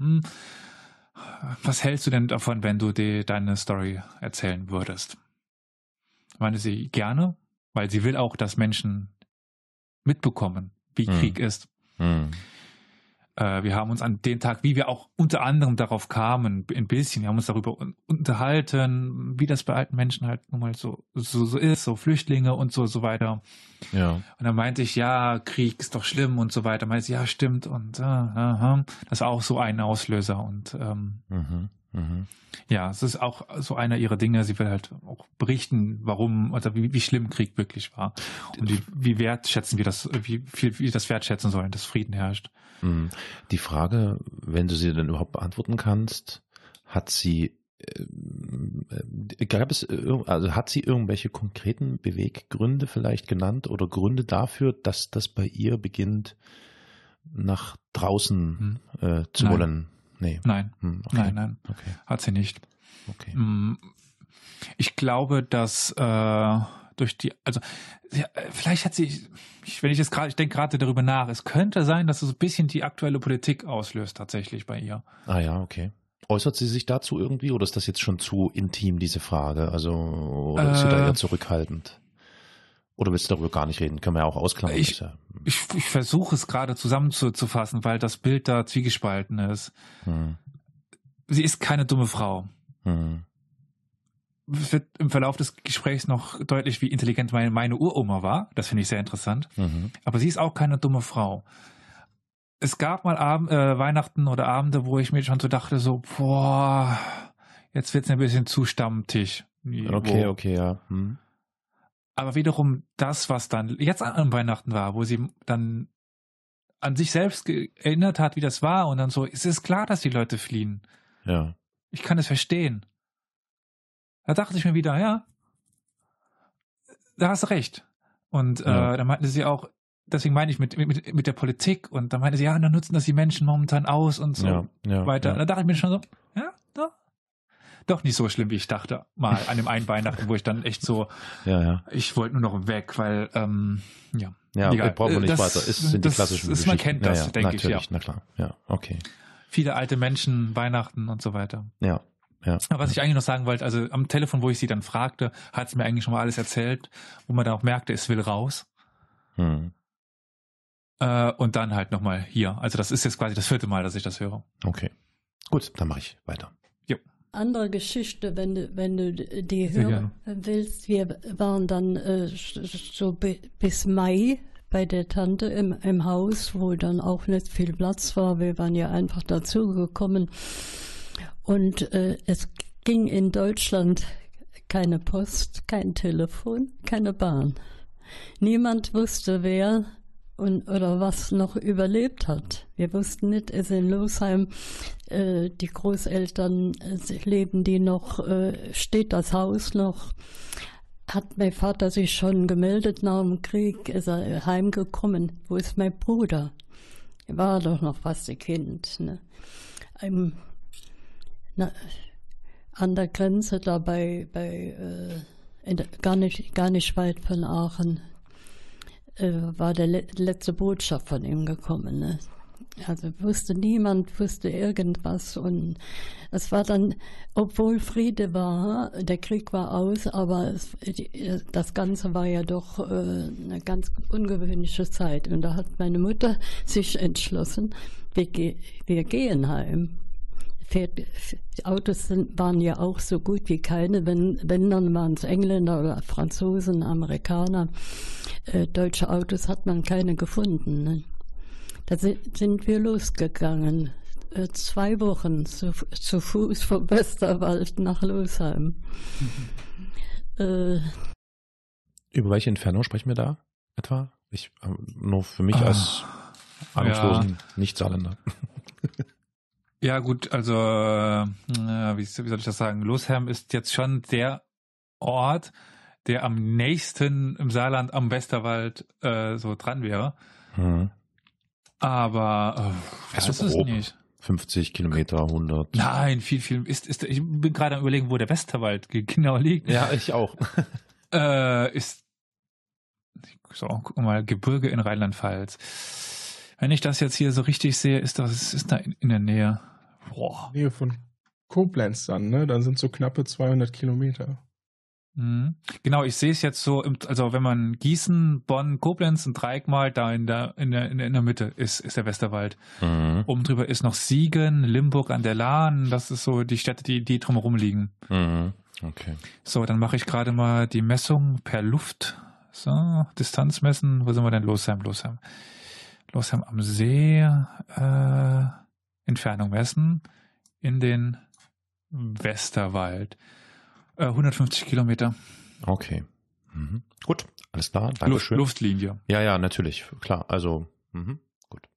was hältst du denn davon, wenn du deine Story erzählen würdest? Meinte sie gerne, weil sie will auch, dass Menschen mitbekommen, wie Krieg ist. Wir haben uns an dem Tag, wie wir auch unter anderem darauf kamen, ein bisschen, wir haben uns darüber unterhalten, wie das bei alten Menschen halt nun mal so ist, so Flüchtlinge und so weiter. Ja. Und dann meinte ich, ja, Krieg ist doch schlimm und so weiter. Meinte sie, ja, stimmt. Und das ist auch so ein Auslöser. Und ja, es ist auch so einer ihrer Dinge. Sie will halt auch berichten, warum oder wie schlimm Krieg wirklich war. Und wie wertschätzen wir das, wie viel wir das wertschätzen sollen, dass Frieden herrscht. Die Frage, wenn du sie denn überhaupt beantworten kannst, hat sie irgendwelche konkreten Beweggründe vielleicht genannt oder Gründe dafür, dass das bei ihr beginnt, nach draußen zu Nein. wollen? Nee. Nein, Okay. nein, Okay. hat sie nicht. Okay. Ich glaube, dass vielleicht hat sie, ich denke gerade darüber nach, es könnte sein, dass es ein bisschen die aktuelle Politik auslöst tatsächlich bei ihr. Ah ja, okay. Äußert sie sich dazu irgendwie oder ist das jetzt schon zu intim, diese Frage? Also, oder ist sie da eher zurückhaltend? Oder willst du darüber gar nicht reden? Können wir ja auch ausklammern. Ich versuche es gerade zusammenzufassen, weil das Bild da zwiegespalten ist. Sie ist keine dumme Frau. Es wird im Verlauf des Gesprächs noch deutlich, wie intelligent meine Uroma war. Das finde ich sehr interessant. Aber sie ist auch keine dumme Frau. Es gab mal Weihnachten oder Abende, wo ich mir schon so dachte, so, boah, jetzt wird es ein bisschen zu Stammtisch. Okay, ja. Aber wiederum das, was dann jetzt an Weihnachten war, wo sie dann an sich selbst erinnert hat, wie das war und dann so, es ist klar, dass die Leute fliehen. Ja. Ich kann es verstehen. Da dachte ich mir wieder, ja, da hast du recht. Und da meinte sie auch, deswegen meine ich mit der Politik und da meinte sie, ja, dann nutzen das die Menschen momentan aus und so weiter. Da dachte ich mir schon so, ja, doch nicht so schlimm, wie ich dachte, mal an dem einen Weihnachten, wo ich dann echt so, ich wollte nur noch weg, weil, Ja, brauchen wir nicht weiter. Sind die klassischen Geschichten. Man kennt das, denke ich, ja. Na klar, ja, okay. Viele alte Menschen, Weihnachten und so weiter. Ja. Aber was ich eigentlich noch sagen wollte, also am Telefon, wo ich sie dann fragte, hat sie mir eigentlich schon mal alles erzählt, wo man dann auch merkte, es will raus. Und dann halt nochmal hier. Also das ist jetzt quasi das 4. Mal, dass ich das höre. Okay. Gut, dann mache ich weiter. Andere Geschichte, wenn du die hören willst. Wir waren dann so bis Mai bei der Tante im Haus, wo dann auch nicht viel Platz war. Wir waren ja einfach dazugekommen. Und es ging in Deutschland keine Post, kein Telefon, keine Bahn. Niemand wusste, wer oder was noch überlebt hat. Wir wussten nicht, ist in Losheim, die Großeltern leben die noch, steht das Haus noch. Hat mein Vater sich schon gemeldet nach dem Krieg, ist er heimgekommen. Wo ist mein Bruder? Er war doch noch fast ein Kind. Ne? An der Grenze da gar nicht weit von Aachen, war der letzte Botschaft von ihm gekommen. Ne? Also niemand wusste irgendwas, und es war dann, obwohl Friede war, der Krieg war aus, aber das Ganze war ja doch eine ganz ungewöhnliche Zeit, und da hat meine Mutter sich entschlossen, wir gehen heim. Die Autos waren ja auch so gut wie keine, wenn dann waren es Engländer oder Franzosen, Amerikaner. Deutsche Autos hat man keine gefunden. Ne? Da sind wir losgegangen, 2 Wochen zu Fuß vom Westerwald nach Losheim. Über welche Entfernung sprechen wir da etwa? Nur für mich als ahnungslosen Nicht-Saarländer. Ja gut, also wie soll ich das sagen? Losheim ist jetzt schon der Ort, der am nächsten im Saarland am Westerwald so dran wäre. Aber weiß es nicht. 50 Kilometer, 100. Nein, viel. Ich bin gerade am Überlegen, wo der Westerwald genau liegt. Ja, ich auch. Gucken wir mal, Gebirge in Rheinland-Pfalz. Wenn ich das jetzt hier so richtig sehe, ist da in der Nähe. Boah. Nähe von Koblenz dann, ne? Dann sind so knappe 200 Kilometer. Genau, ich sehe es jetzt so, also wenn man Gießen, Bonn, Koblenz ein Dreieck malt, da in der Mitte ist der Westerwald. Oben drüber ist noch Siegen, Limburg an der Lahn, das ist so die Städte, die drumherum liegen. Okay. So, dann mache ich gerade mal die Messung per Luft. So, Distanz messen, wo sind wir denn? Losheim am See, Entfernung messen in den Westerwald. 150 Kilometer. Okay. Gut, alles klar. Dankeschön. Luftlinie. Ja, natürlich. Klar, also gut.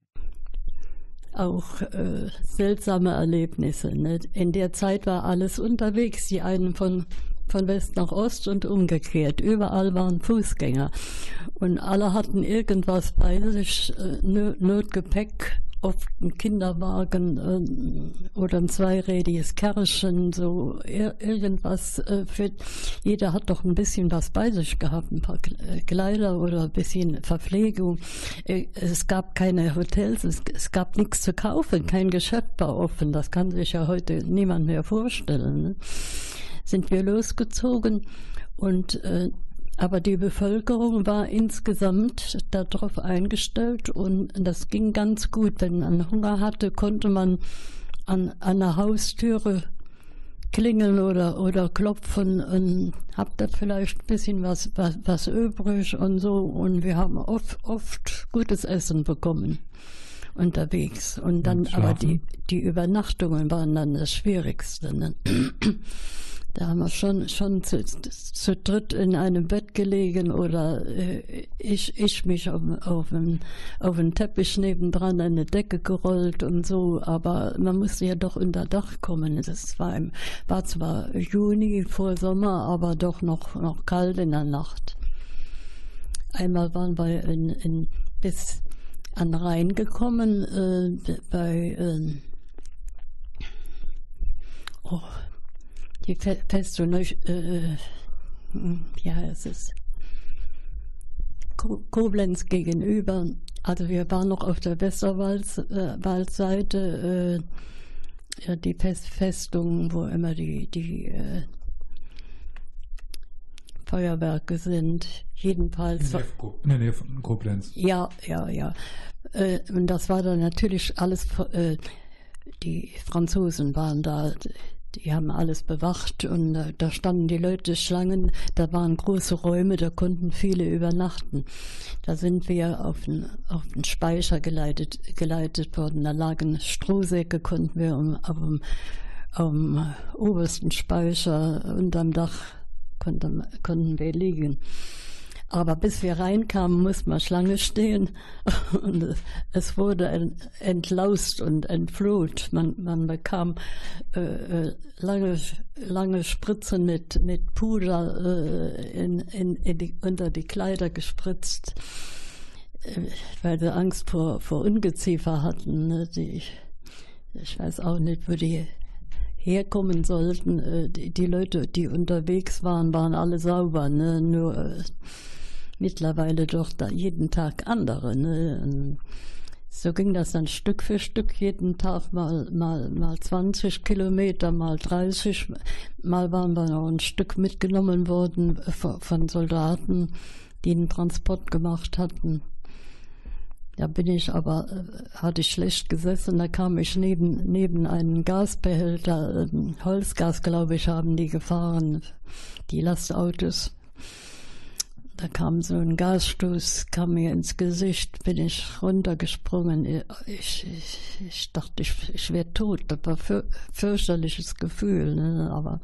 Auch seltsame Erlebnisse. Ne? In der Zeit war alles unterwegs. Die einen von West nach Ost und umgekehrt. Überall waren Fußgänger. Und alle hatten irgendwas bei sich, Notgepäck, oft ein Kinderwagen oder ein zweirädiges Kerrchen, so irgendwas. Jeder hat doch ein bisschen was bei sich gehabt, ein paar Kleider oder ein bisschen Verpflegung. Es gab keine Hotels, es gab nichts zu kaufen, kein Geschäft war offen. Das kann sich ja heute niemand mehr vorstellen. Ne? Sind wir losgezogen, und aber die Bevölkerung war insgesamt darauf eingestellt, und das ging ganz gut. Wenn man Hunger hatte, konnte man an einer Haustüre klingeln oder klopfen und habt ihr vielleicht ein bisschen was übrig und so. Und wir haben oft gutes Essen bekommen unterwegs. Und dann aber die Übernachtungen waren dann das Schwierigste. Ne? Da haben wir schon zu dritt in einem Bett gelegen, oder ich mich auf den Teppich nebendran in eine Decke gerollt und so, aber man musste ja doch unter Dach kommen. Das war zwar Juni vor Sommer, aber doch noch kalt in der Nacht. Einmal waren wir bis an Rhein gekommen, die Festung, es ist Koblenz gegenüber. Also wir waren noch auf der Westerwaldseite, die Festung, wo immer die Feuerwerke sind. Jedenfalls. In der Nähe von Koblenz. Ja. Und das war dann natürlich alles, die Franzosen waren da, die haben alles bewacht und da standen die Leute Schlangen, da waren große Räume, da konnten viele übernachten. Da sind wir auf den Speicher geleitet worden, da lagen Strohsäcke, konnten wir am obersten Speicher unterm Dach konnten wir liegen. Aber bis wir reinkamen, musste man Schlange stehen und es wurde entlaust und entfloht. Man bekam lange Spritzen mit Puder unter die Kleider gespritzt, weil sie Angst vor Ungeziefer hatten. Ne? Ich weiß auch nicht, wo die herkommen sollten. Die Leute, die unterwegs waren alle sauber. Ne? Nur mittlerweile doch da jeden Tag andere. Ne? Und so ging das dann Stück für Stück, jeden Tag mal 20 Kilometer, mal 30. Mal waren wir noch ein Stück mitgenommen worden von Soldaten, die einen Transport gemacht hatten. Da hatte ich schlecht gesessen, da kam ich neben einen Gasbehälter, Holzgas, glaube ich, haben die gefahren, die Lastautos. Da kam so ein Gasstoß, kam mir ins Gesicht, bin ich runtergesprungen. Ich dachte, ich wäre tot. Das war ein fürchterliches Gefühl, ne? Aber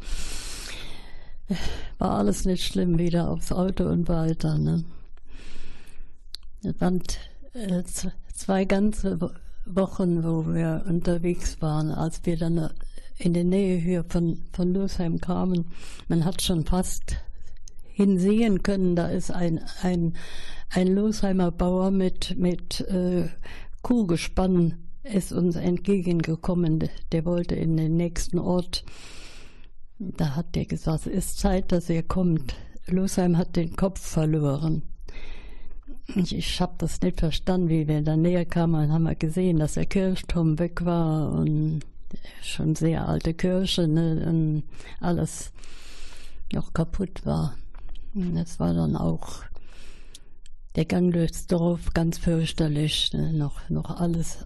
war alles nicht schlimm, wieder aufs Auto und weiter. Ne? Das waren 2 ganze Wochen, wo wir unterwegs waren, als wir dann in der Nähe hier von Losheim kamen. Man hat schon fast hinsehen können, da ist ein Losheimer Bauer mit Kuhgespann ist uns entgegengekommen. Der wollte in den nächsten Ort. Da hat der gesagt, es ist Zeit, dass ihr kommt. Losheim hat den Kopf verloren. Ich habe das nicht verstanden, wie wir da näher kamen, haben wir gesehen, dass der Kirchturm weg war und schon sehr alte Kirche, ne, und alles noch kaputt war. Und das war dann auch der Gang durchs Dorf ganz fürchterlich, ne, noch alles.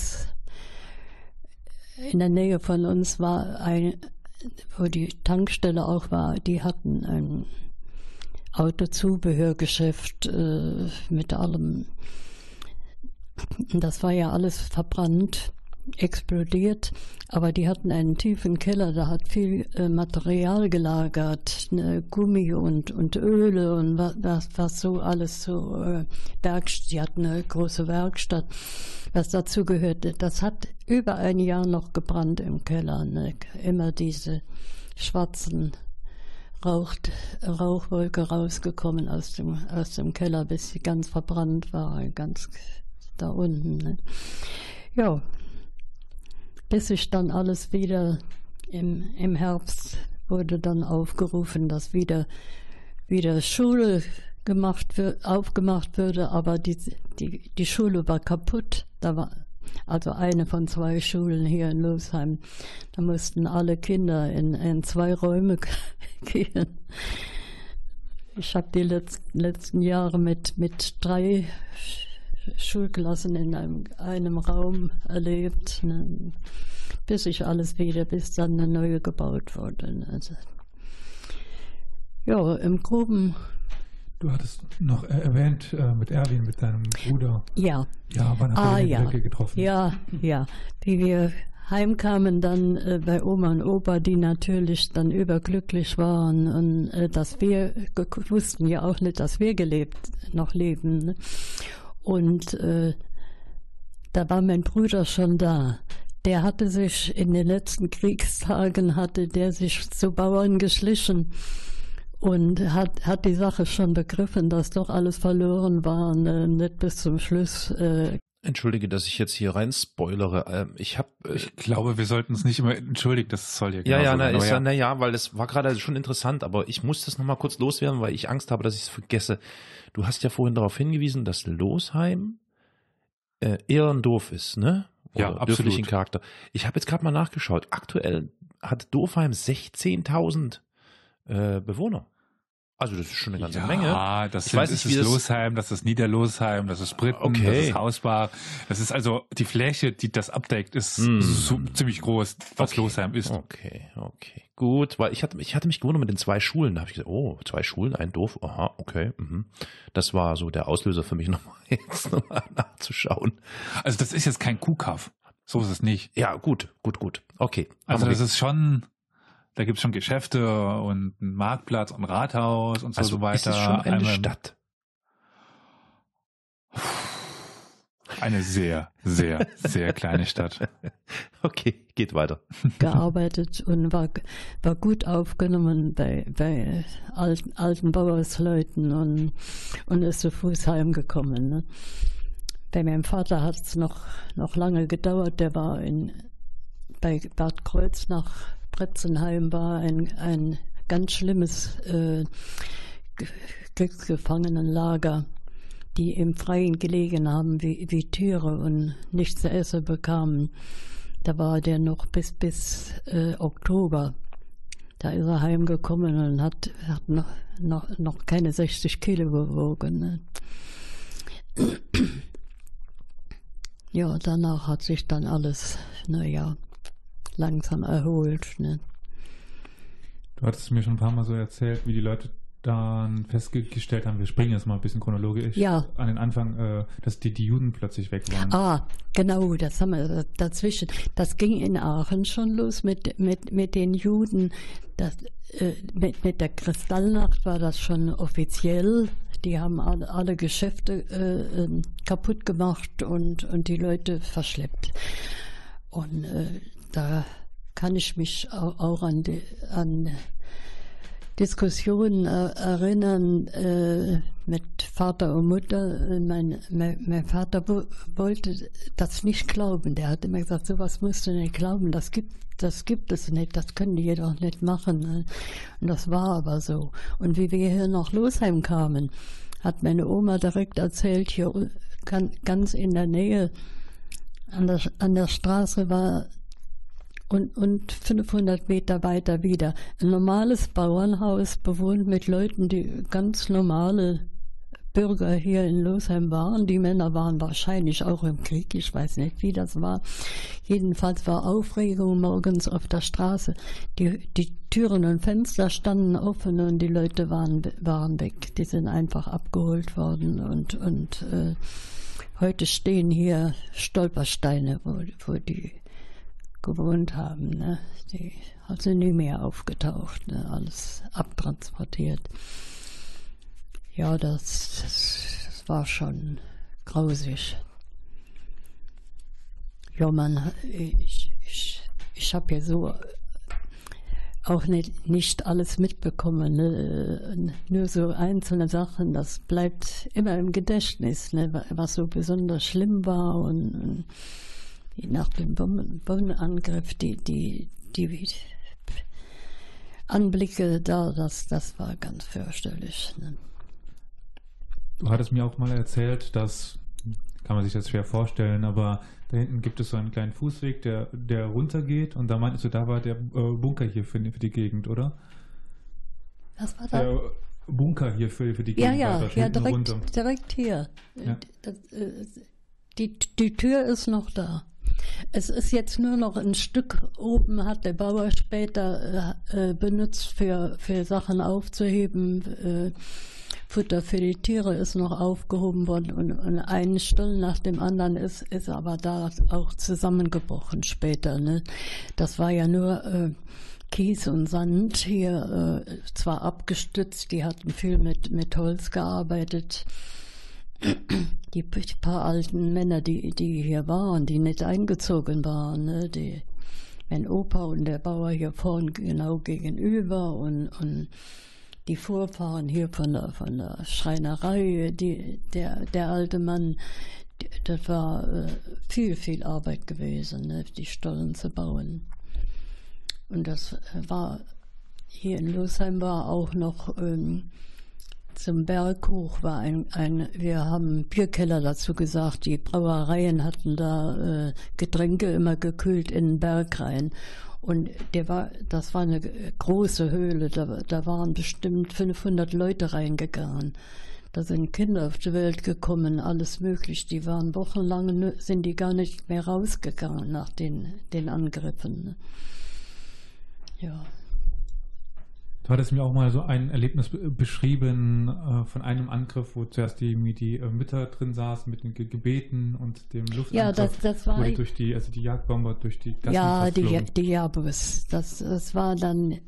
In der Nähe von uns war wo die Tankstelle auch war, die hatten ein Autozubehörgeschäft mit allem. Das war ja alles verbrannt, explodiert, aber die hatten einen tiefen Keller, da hat viel Material gelagert, ne, Gummi und Öle und was so alles so die hatten eine große Werkstatt, was dazu gehörte. Das hat über ein Jahr noch gebrannt im Keller, ne, immer diese schwarzen Rauchwolke rausgekommen aus dem Keller, bis sie ganz verbrannt war, ganz da unten. Ne? Ja, bis sich dann alles wieder im Herbst wurde dann aufgerufen, dass wieder Schule aufgemacht würde, aber die Schule war kaputt. Da war also eine von 2 Schulen hier in Losheim. Da mussten alle Kinder in 2 Räume gehen. Ich habe die letzten Jahre mit 3 Schulklassen in einem Raum erlebt, ne, bis dann eine neue gebaut wurde. Also, ja, im Groben. Du hattest noch erwähnt mit Erwin, mit deinem Bruder. Ja. Ja, wann habt ihr den getroffen? Ja. Wie wir heimkamen dann bei Oma und Opa, die natürlich dann überglücklich waren und dass wir wussten ja auch nicht, dass wir noch leben. Ne? Und da war mein Bruder schon da. Der hatte sich in den letzten Kriegstagen zu Bauern geschlichen und hat die Sache schon begriffen, dass doch alles verloren war und nicht bis zum Schluss Entschuldige, dass ich jetzt hier rein spoilere. Ich glaube, wir sollten uns nicht immer entschuldigen, das soll ja ja, weil das war gerade schon interessant, aber ich muss das nochmal kurz loswerden, weil ich Angst habe, dass ich es vergesse. Du hast ja vorhin darauf hingewiesen, dass Losheim eher ein Dorf ist, ne? Ja, oder absolut. dörflichen Charakter. Ich habe jetzt gerade mal nachgeschaut. Aktuell hat Dofheim 16.000 Bewohner. Also das ist schon eine ganze Menge. Ja, das ist Losheim, das ist Niederlosheim, das ist Britten, das ist Hausbach. Das ist also die Fläche, die das abdeckt, ist ziemlich groß, was Losheim ist. Okay. Gut, weil ich hatte mich gewundert mit den 2 Schulen. Da habe ich gesagt, 2 Schulen, ein Dorf. Aha, okay. Das war so der Auslöser für mich, nochmal nachzuschauen. Also das ist jetzt kein Kuhkaff. So ist es nicht. Ja, gut. Okay. Also das ist schon... Da gibt es schon Geschäfte und einen Marktplatz und ein Rathaus und so weiter. Ist es schon eine Stadt? Eine sehr, sehr, sehr kleine Stadt. Okay, geht weiter. Gearbeitet und war gut aufgenommen bei alten Bauersleuten und ist zu Fuß heimgekommen. Ne? Bei meinem Vater hat es noch lange gedauert. Der war bei Bad Kreuznach. Bretzenheim war ein ganz schlimmes Kriegsgefangenenlager, die im Freien gelegen haben wie Tiere und nichts zu essen bekamen. Da war der noch bis Oktober. Da ist er heimgekommen und hat noch keine 60 Kilo gewogen. Ne? Ja, danach hat sich dann alles, langsam erholt. Ne? Du hattest mir schon ein paar Mal so erzählt, wie die Leute dann festgestellt haben, wir springen jetzt mal ein bisschen chronologisch an den Anfang, dass die Juden plötzlich weg waren. Ah, genau, das haben wir dazwischen. Das ging in Aachen schon los mit den Juden. Mit der Kristallnacht war das schon offiziell. Die haben alle Geschäfte kaputt gemacht und die Leute verschleppt. Und da kann ich mich auch an Diskussionen erinnern mit Vater und Mutter. Mein Vater wollte das nicht glauben. Der hat immer gesagt, sowas musst du nicht glauben, das gibt es nicht, das können die jedoch nicht machen. Und das war aber so. Und wie wir hier nach Losheim kamen, hat meine Oma direkt erzählt, hier ganz in der Nähe an der Straße war und 500 Meter weiter wieder ein normales Bauernhaus bewohnt mit Leuten, die ganz normale Bürger hier in Losheim waren. Die Männer waren wahrscheinlich auch im Krieg, ich weiß nicht, wie das war. Jedenfalls war Aufregung morgens auf der Straße. Die Türen und Fenster standen offen und die Leute waren weg. Die sind einfach abgeholt worden und heute stehen hier Stolpersteine, wo die gewohnt haben. Ne? Die sind nie mehr aufgetaucht, ne? Alles abtransportiert. Ja, das war schon grausig. Ja, ich habe ja so auch nicht alles mitbekommen. Ne? Nur so einzelne Sachen, das bleibt immer im Gedächtnis, ne? Was so besonders schlimm war und nach dem Bombenangriff, die Anblicke da, das war ganz fürchterlich. Ne? Du hattest mir auch mal erzählt, dass, kann man sich das schwer vorstellen, aber da hinten gibt es so einen kleinen Fußweg, der runtergeht und da meintest du, da war der Bunker hier für die Gegend, oder? Was war da? Der Bunker hier für die Gegend. Ja, direkt hier. Ja. Die Tür ist noch da. Es ist jetzt nur noch ein Stück oben, hat der Bauer später benutzt für Sachen aufzuheben. Futter für die Tiere ist noch aufgehoben worden und ein Stall nach dem anderen ist aber da auch zusammengebrochen später. Ne? Das war ja nur Kies und Sand hier, zwar abgestützt, die hatten viel mit Holz gearbeitet. Die paar alten Männer, die hier waren, die nicht eingezogen waren, ne? Mein Opa und der Bauer hier vorne genau gegenüber und die Vorfahren hier von der Schreinerei, der alte Mann, das war viel Arbeit gewesen, ne, die Stollen zu bauen. Und das war, hier in Losheim war auch noch zum Berg hoch, war wir haben Bierkeller dazu gesagt, die Brauereien hatten da Getränke immer gekühlt in den Berg rein. Und das war eine große Höhle, da waren bestimmt 500 Leute reingegangen. Da sind Kinder auf die Welt gekommen, alles möglich. Die waren wochenlang, sind die gar nicht mehr rausgegangen nach den Angriffen. Ja. Du hattest mir auch mal so ein Erlebnis beschrieben von einem Angriff, wo zuerst die Mütter drin saßen mit den Gebeten und dem Luftangriff. Ja, das war die Jagdbomber durch die Gassen. Ja, die Jabus. Das war dann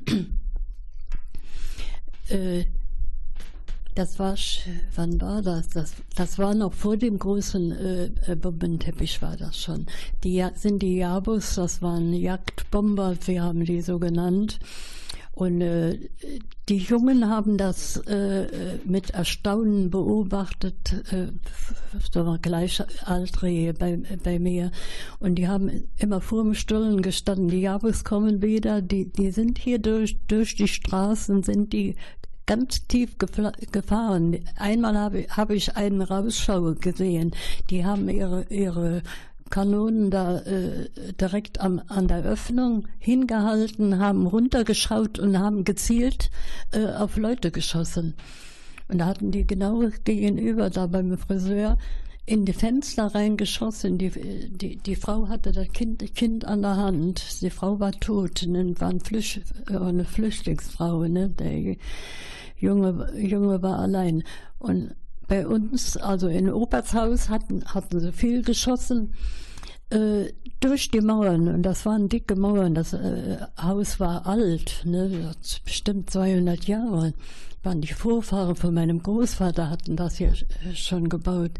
wann war das? Das war noch vor dem großen Bombenteppich war das schon. Die Jabus, das waren Jagdbomber, wir haben die so genannt. Und die Jungen haben das mit Erstaunen beobachtet, so war Gleichaltrige bei mir. Und die haben immer vor dem Stollen gestanden. Die Jabus kommen wieder, die sind hier durch die Straßen, sind die ganz tief gefahren. Einmal habe ich einen Rausschau gesehen. Die haben ihre Kanonen da direkt an der Öffnung hingehalten, haben runtergeschaut und haben gezielt auf Leute geschossen. Und da hatten die genau gegenüber da beim Friseur in die Fenster reingeschossen. Die Frau hatte das Kind an der Hand. Die Frau war tot, war eine Flüchtlingsfrau, ne? Der Junge war allein. Und bei uns, also in Opas Haus, hatten sie viel geschossen durch die Mauern. Und das waren dicke Mauern. Das Haus war alt, ne? Bestimmt 200 Jahre. Waren die Vorfahren von meinem Großvater, hatten das hier schon gebaut.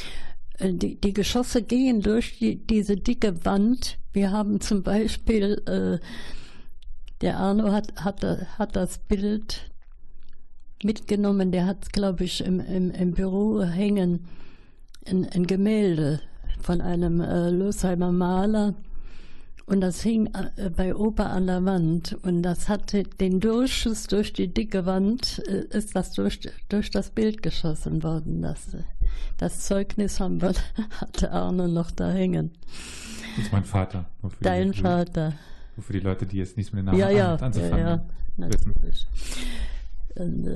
Die Geschosse gehen durch diese dicke Wand. Wir haben zum Beispiel, der Arno hat das Bild mitgenommen, der hat, glaube ich, im Büro hängen, ein Gemälde von einem Losheimer Maler, und das hing bei Opa an der Wand, und das hatte den Durchschuss durch die dicke Wand, ist das durch das Bild geschossen worden. Das Zeugnis hatte Arno noch da hängen. Das ist mein Vater. Dein Vater. Nur für die Leute, die jetzt nichts mit den Namen anzufangen ja, natürlich. Und,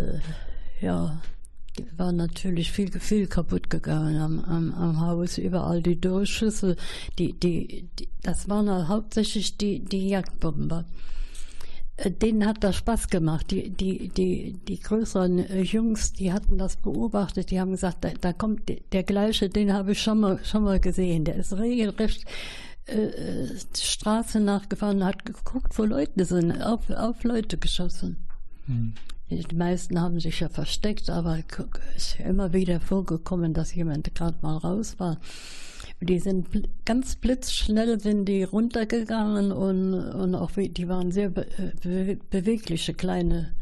war natürlich viel kaputt gegangen am Haus, überall die Durchschüsse. Das waren hauptsächlich die Jagdbomber. Denen hat das Spaß gemacht. Die größeren Jungs, die hatten das beobachtet, die haben gesagt, da kommt der gleiche, den habe ich schon mal gesehen. Der ist regelrecht die Straße nachgefahren, hat geguckt, wo Leute sind, auf Leute geschossen. Die meisten haben sich ja versteckt, aber es ist immer wieder vorgekommen, dass jemand gerade mal raus war. Die sind ganz blitzschnell sind die runtergegangen, und auch die waren sehr bewegliche kleine.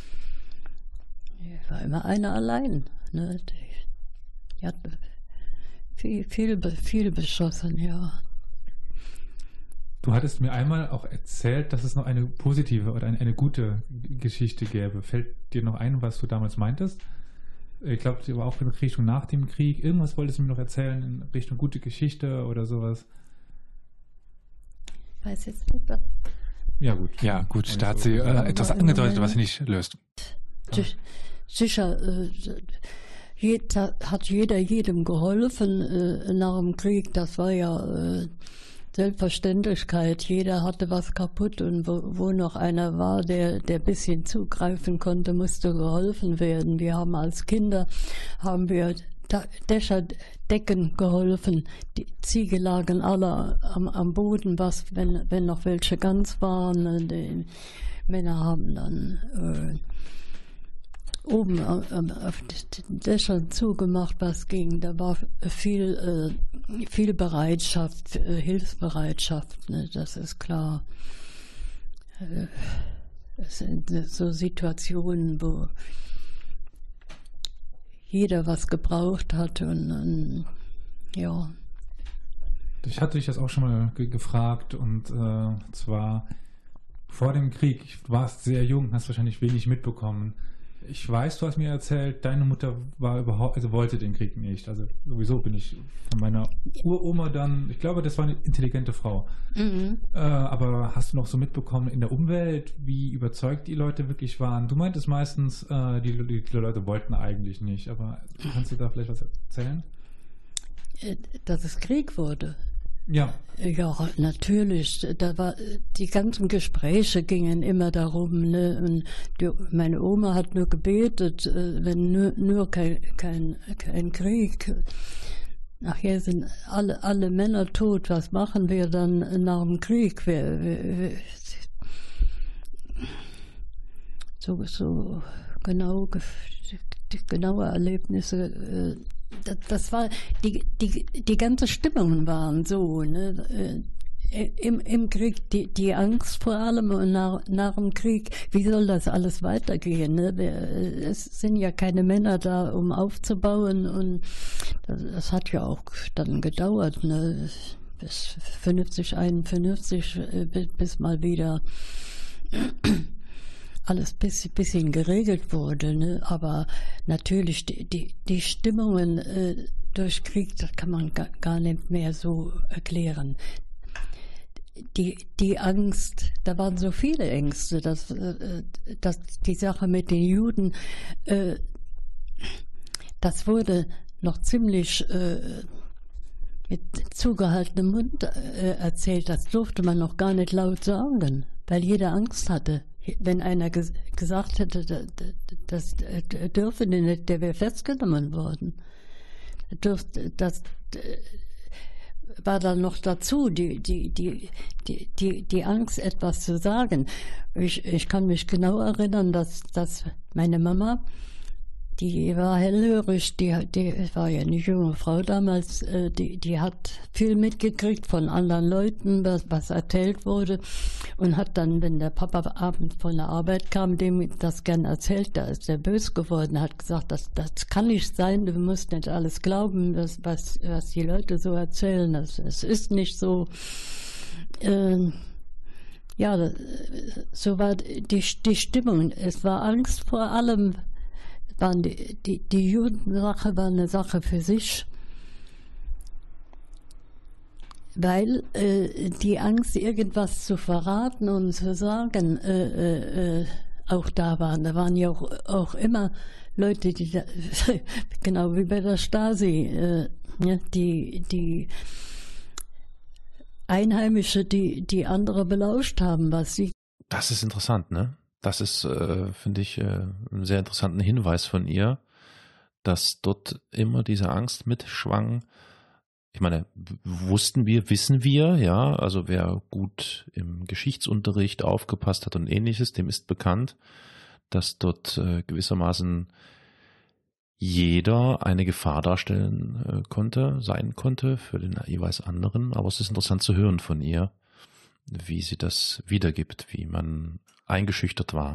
War immer einer allein. Ne? Die hat viel beschossen, ja. Du hattest mir einmal auch erzählt, dass es noch eine positive oder eine gute Geschichte gäbe. Fällt dir noch ein, was du damals meintest? Ich glaube, sie war auch in Richtung nach dem Krieg. Irgendwas wolltest du mir noch erzählen in Richtung gute Geschichte oder sowas. Weiß jetzt nicht. Ja, gut. Ja, gut. Da hat sie etwas angedeutet, was sie nicht löst. Sicher, hat jeder jedem geholfen nach dem Krieg. Das war ja Selbstverständlichkeit. Jeder hatte was kaputt, und wo noch einer war, der ein bisschen zugreifen konnte, musste geholfen werden. Wir haben als Kinder Dächerdecken geholfen. Die Ziege lagen alle am Boden, wenn noch welche ganz waren. Die Männer haben dann oben auf den Dächern zugemacht, was ging. Da war viel Bereitschaft, Hilfsbereitschaft, ne, das ist klar. Es sind so Situationen, wo jeder was gebraucht hat, und Ja. Ich hatte dich das auch schon mal gefragt und zwar vor dem Krieg. Du warst sehr jung, hast wahrscheinlich wenig mitbekommen. Ich weiß, du hast mir erzählt, deine Mutter wollte den Krieg nicht. Also sowieso bin ich von meiner Uroma dann, ich glaube, das war eine intelligente Frau. Mhm. Aber hast du noch so mitbekommen in der Umwelt, wie überzeugt die Leute wirklich waren? Du meintest meistens, die Leute wollten eigentlich nicht, aber kannst du da vielleicht was erzählen? Dass es Krieg wurde. Ja. Ja, natürlich. Die ganzen Gespräche gingen immer darum, ne? Und meine Oma hat nur gebetet, wenn nur kein Krieg. Nachher sind alle Männer tot. Was machen wir dann nach dem Krieg? So genau, die genaue Erlebnisse. Das war, die ganze Stimmungen waren so, ne? Im Krieg, die Angst vor allem und nach dem Krieg, wie soll das alles weitergehen? Ne? Es sind ja keine Männer da, um aufzubauen und das hat ja auch dann gedauert, ne? Bis 50, 51, bis mal wieder alles bisschen geregelt wurde, ne? Aber natürlich die Stimmungen durch Krieg, das kann man gar nicht mehr so erklären. Die Angst, da waren so viele Ängste, dass die Sache mit den Juden, das wurde noch ziemlich mit zugehaltenem Mund erzählt. Das durfte man noch gar nicht laut sagen, weil jeder Angst hatte. Wenn einer gesagt hätte, das dürfe nicht, der wäre festgenommen worden. Das war dann noch dazu, die Angst, etwas zu sagen. Ich kann mich genau erinnern, dass meine Mama, die war hellhörig, die war ja eine junge Frau damals, die hat viel mitgekriegt von anderen Leuten, was erzählt wurde und hat dann, wenn der Papa abends von der Arbeit kam, dem das gern erzählt, da ist er böse geworden, hat gesagt, das kann nicht sein, du musst nicht alles glauben, was die Leute so erzählen, es ist nicht so. Ja, so war die Stimmung, es war Angst vor allem. Die Judensache war eine Sache für sich, weil die Angst, irgendwas zu verraten und zu sagen, auch da waren. Da waren ja auch immer Leute, die genau wie bei der Stasi, die Einheimische, die andere belauscht haben, was sie. Das ist interessant, ne? Das ist, finde ich, einen sehr interessanten Hinweis von ihr, dass dort immer diese Angst mitschwang. Ich meine, wissen wir, ja, also wer gut im Geschichtsunterricht aufgepasst hat und ähnliches, dem ist bekannt, dass dort gewissermaßen jeder eine Gefahr darstellen sein konnte für den jeweils anderen. Aber es ist interessant zu hören von ihr, wie sie das wiedergibt, wie man eingeschüchtert war.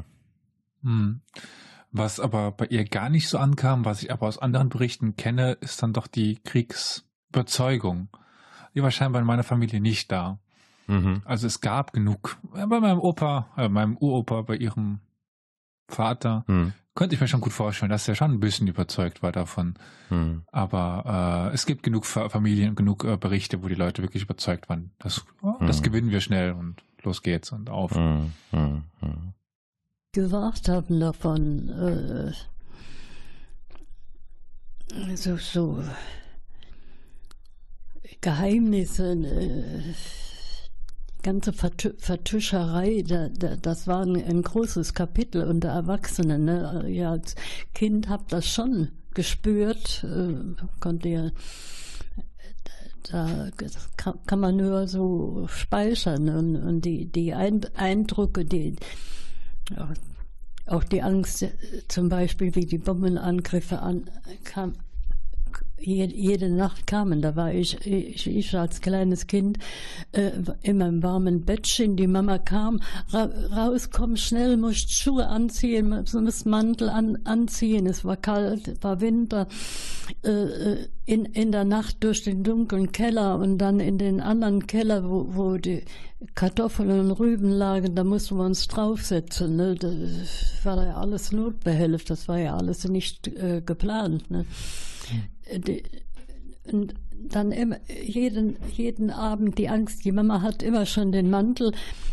Was aber bei ihr gar nicht so ankam, was ich aber aus anderen Berichten kenne, ist dann doch die Kriegsüberzeugung. Die war scheinbar in meiner Familie nicht da. Mhm. Also es gab genug. Bei meinem Uropa, bei ihrem Vater, könnte ich mir schon gut vorstellen, dass er schon ein bisschen überzeugt war davon. Aber es gibt genug Familien, genug Berichte, wo die Leute wirklich überzeugt waren. Das gewinnen wir schnell und los geht's und auf. Gewagt haben davon so Geheimnisse, ganze Vertuscherei, das war ein großes Kapitel unter Erwachsenen. Ne? Ja, als Kind hab das schon gespürt, konnte ja, da kann man nur so speichern und die Eindrücke, auch die Angst, zum Beispiel wie die Bombenangriffe jede Nacht kamen. Da war ich als kleines Kind immer im warmen Bettchen. Die Mama kam, raus, komm schnell, musst Schuhe anziehen, musst Mantel anziehen. Es war kalt, es war Winter. In der Nacht durch den dunklen Keller und dann in den anderen Keller, wo die Kartoffeln und Rüben lagen, da mussten wir uns draufsetzen. Ne? Das war ja alles Notbehelf, das war ja alles nicht geplant. Ne? Und dann immer, jeden Abend die Angst, die Mama hat immer schon den Mantel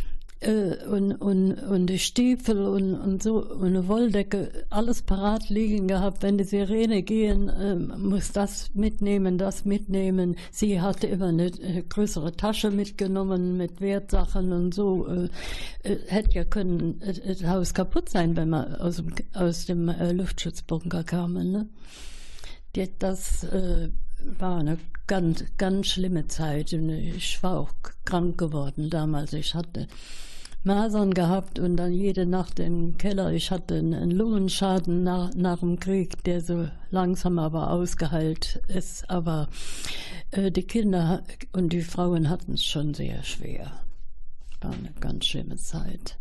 und die Stiefel und so und eine Wolldecke, alles parat liegen gehabt. Wenn die Sirene gehen, muss das mitnehmen. Sie hatte immer eine größere Tasche mitgenommen mit Wertsachen und so. Hätte ja können das Haus kaputt sein, wenn man aus dem Luftschutzbunker kam. Ne? Das war eine ganz, ganz schlimme Zeit. Ich war auch krank geworden damals. Ich hatte Masern gehabt und dann jede Nacht im Keller. Ich hatte einen Lungenschaden nach dem Krieg, der so langsam aber ausgeheilt ist. Aber die Kinder und die Frauen hatten es schon sehr schwer. War eine ganz schlimme Zeit.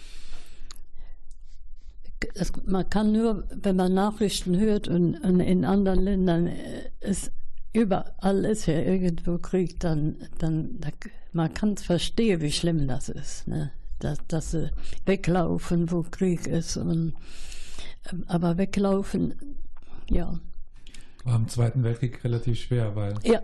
Man kann nur, wenn man Nachrichten hört und in anderen Ländern ist überall ist ja irgendwo Krieg, dann man kann es verstehen, wie schlimm das ist, ne? Dass sie weglaufen, wo Krieg ist. Aber weglaufen, ja. War im Zweiten Weltkrieg relativ schwer, weil... Ja.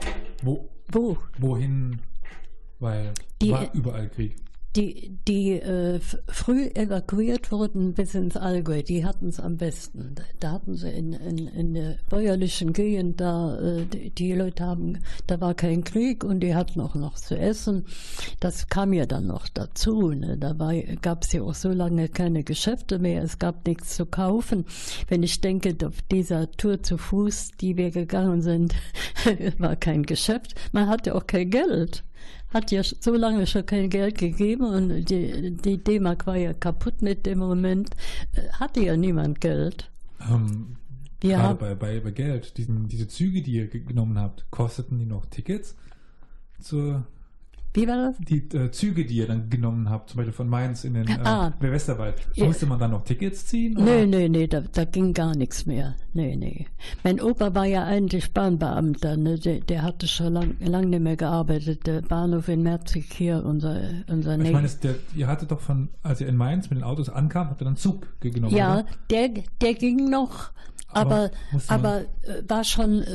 Wohin? Weil war überall Krieg. Die früh evakuiert wurden bis ins Allgäu, die hatten es am besten. Da hatten sie in der bäuerlichen Gegend, die Leute da war kein Krieg und die hatten auch noch zu essen. Das kam ja dann noch dazu. Ne? Gab es ja auch so lange keine Geschäfte mehr, es gab nichts zu kaufen. Wenn ich denke, auf dieser Tour zu Fuß, die wir gegangen sind, war kein Geschäft. Man hatte auch kein Geld. Hat ja so lange schon kein Geld gegeben und die D-Mark war ja kaputt mit dem Moment. Hatte ja niemand Geld. Gerade bei Geld, diese Züge, die ihr genommen habt, kosteten die noch Tickets? Wie war das? Die Züge, die ihr dann genommen habt, zum Beispiel von Mainz in den Westerwald, musste man dann noch Tickets ziehen? Oder? Nee, da ging gar nichts mehr. Nee. Mein Opa war ja eigentlich Bahnbeamter, ne? Der hatte schon lang nicht mehr gearbeitet. Der Bahnhof in Merzig hier, unser Ich meine, ihr hattet doch als ihr in Mainz mit den Autos ankam, habt ihr dann Zug genommen, ja, oder? der ging noch, aber war schon...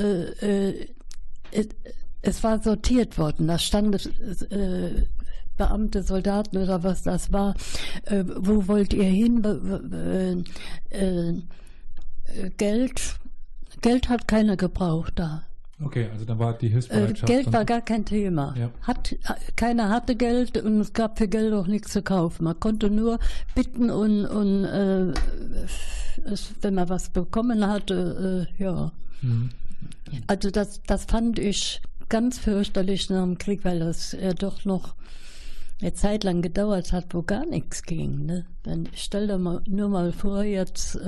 es war sortiert worden, da stand Beamte, Soldaten oder was das war. Wo wollt ihr hin? Geld hat keiner gebraucht da. Okay, also da war die Hilfsbereitschaft. Geld war gar kein Thema. Ja. Keiner hatte Geld und es gab für Geld auch nichts zu kaufen. Man konnte nur bitten und wenn man was bekommen hatte, ja. Mhm. Also das fand ich ganz fürchterlich nach dem Krieg, weil das doch noch eine Zeit lang gedauert hat, wo gar nichts ging. Ne? Stell dir nur mal vor, jetzt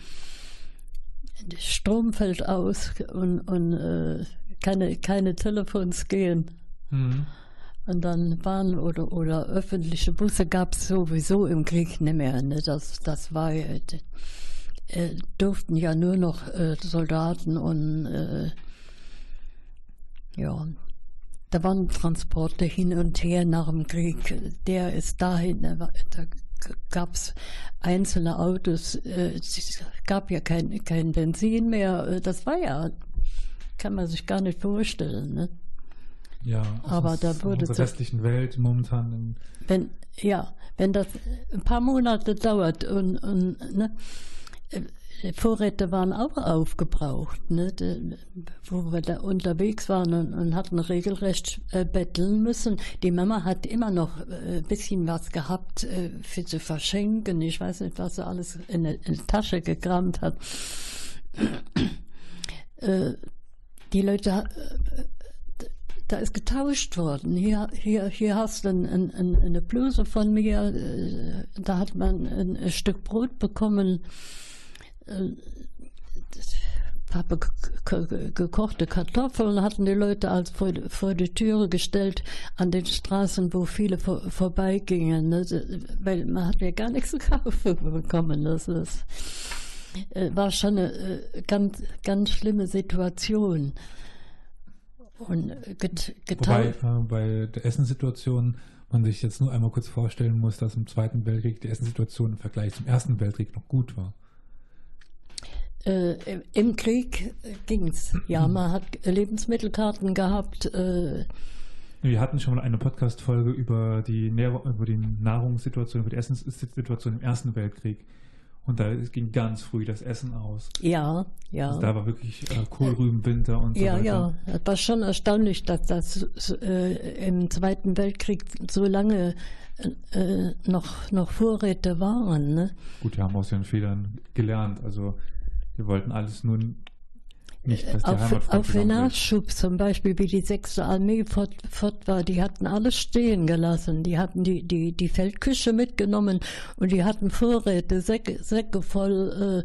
Strom fällt aus und keine Telefons gehen. Mhm. Und dann Bahn oder öffentliche Busse gab es sowieso im Krieg nicht mehr. Ne? Das war durften ja nur noch Soldaten und ja, da waren Transporte hin und her nach dem Krieg. Der ist dahin, da gab es einzelne Autos, es gab ja kein Benzin mehr. Das war ja, kann man sich gar nicht vorstellen. Ne? Ja, aber da wurde in der restlichen Welt momentan. Wenn das ein paar Monate dauert und ne, Vorräte waren auch aufgebraucht, ne? Wo wir da unterwegs waren und hatten regelrecht betteln müssen. Die Mama hat immer noch ein bisschen was gehabt für zu verschenken. Ich weiß nicht, was sie alles in die Tasche gekramt hat. Die Leute, da ist getauscht worden. Hier hast du eine Bluse von mir, da hat man ein Stück Brot bekommen. habe gekochte Kartoffeln, hatten die Leute als vor die Türe gestellt an den Straßen, wo viele vorbeigingen, ne? Weil man hat ja gar nichts zu kaufen bekommen. Das war schon eine ganz, ganz schlimme Situation. Und Wobei bei der Essenssituation man sich jetzt nur einmal kurz vorstellen muss, dass im Zweiten Weltkrieg die Essenssituation im Vergleich zum Ersten Weltkrieg noch gut war. Im Krieg ging's. Ja, man hat Lebensmittelkarten gehabt. Wir hatten schon mal eine Podcast-Folge über die Nahrungssituation, über die Essenssituation im Ersten Weltkrieg. Und da ging ganz früh das Essen aus. Ja. Also da war wirklich Kohlrübenwinter und so weiter. Ja, es war schon erstaunlich, dass das im Zweiten Weltkrieg so lange noch Vorräte waren. Ne? Gut, wir haben aus ihren Fehlern gelernt. Also wir wollten alles nun nicht, dass die Heimat auf den Nachschub zum Beispiel, wie die 6. Armee fort war, die hatten alles stehen gelassen. Die hatten die Feldküche mitgenommen und die hatten Vorräte, Säcke voll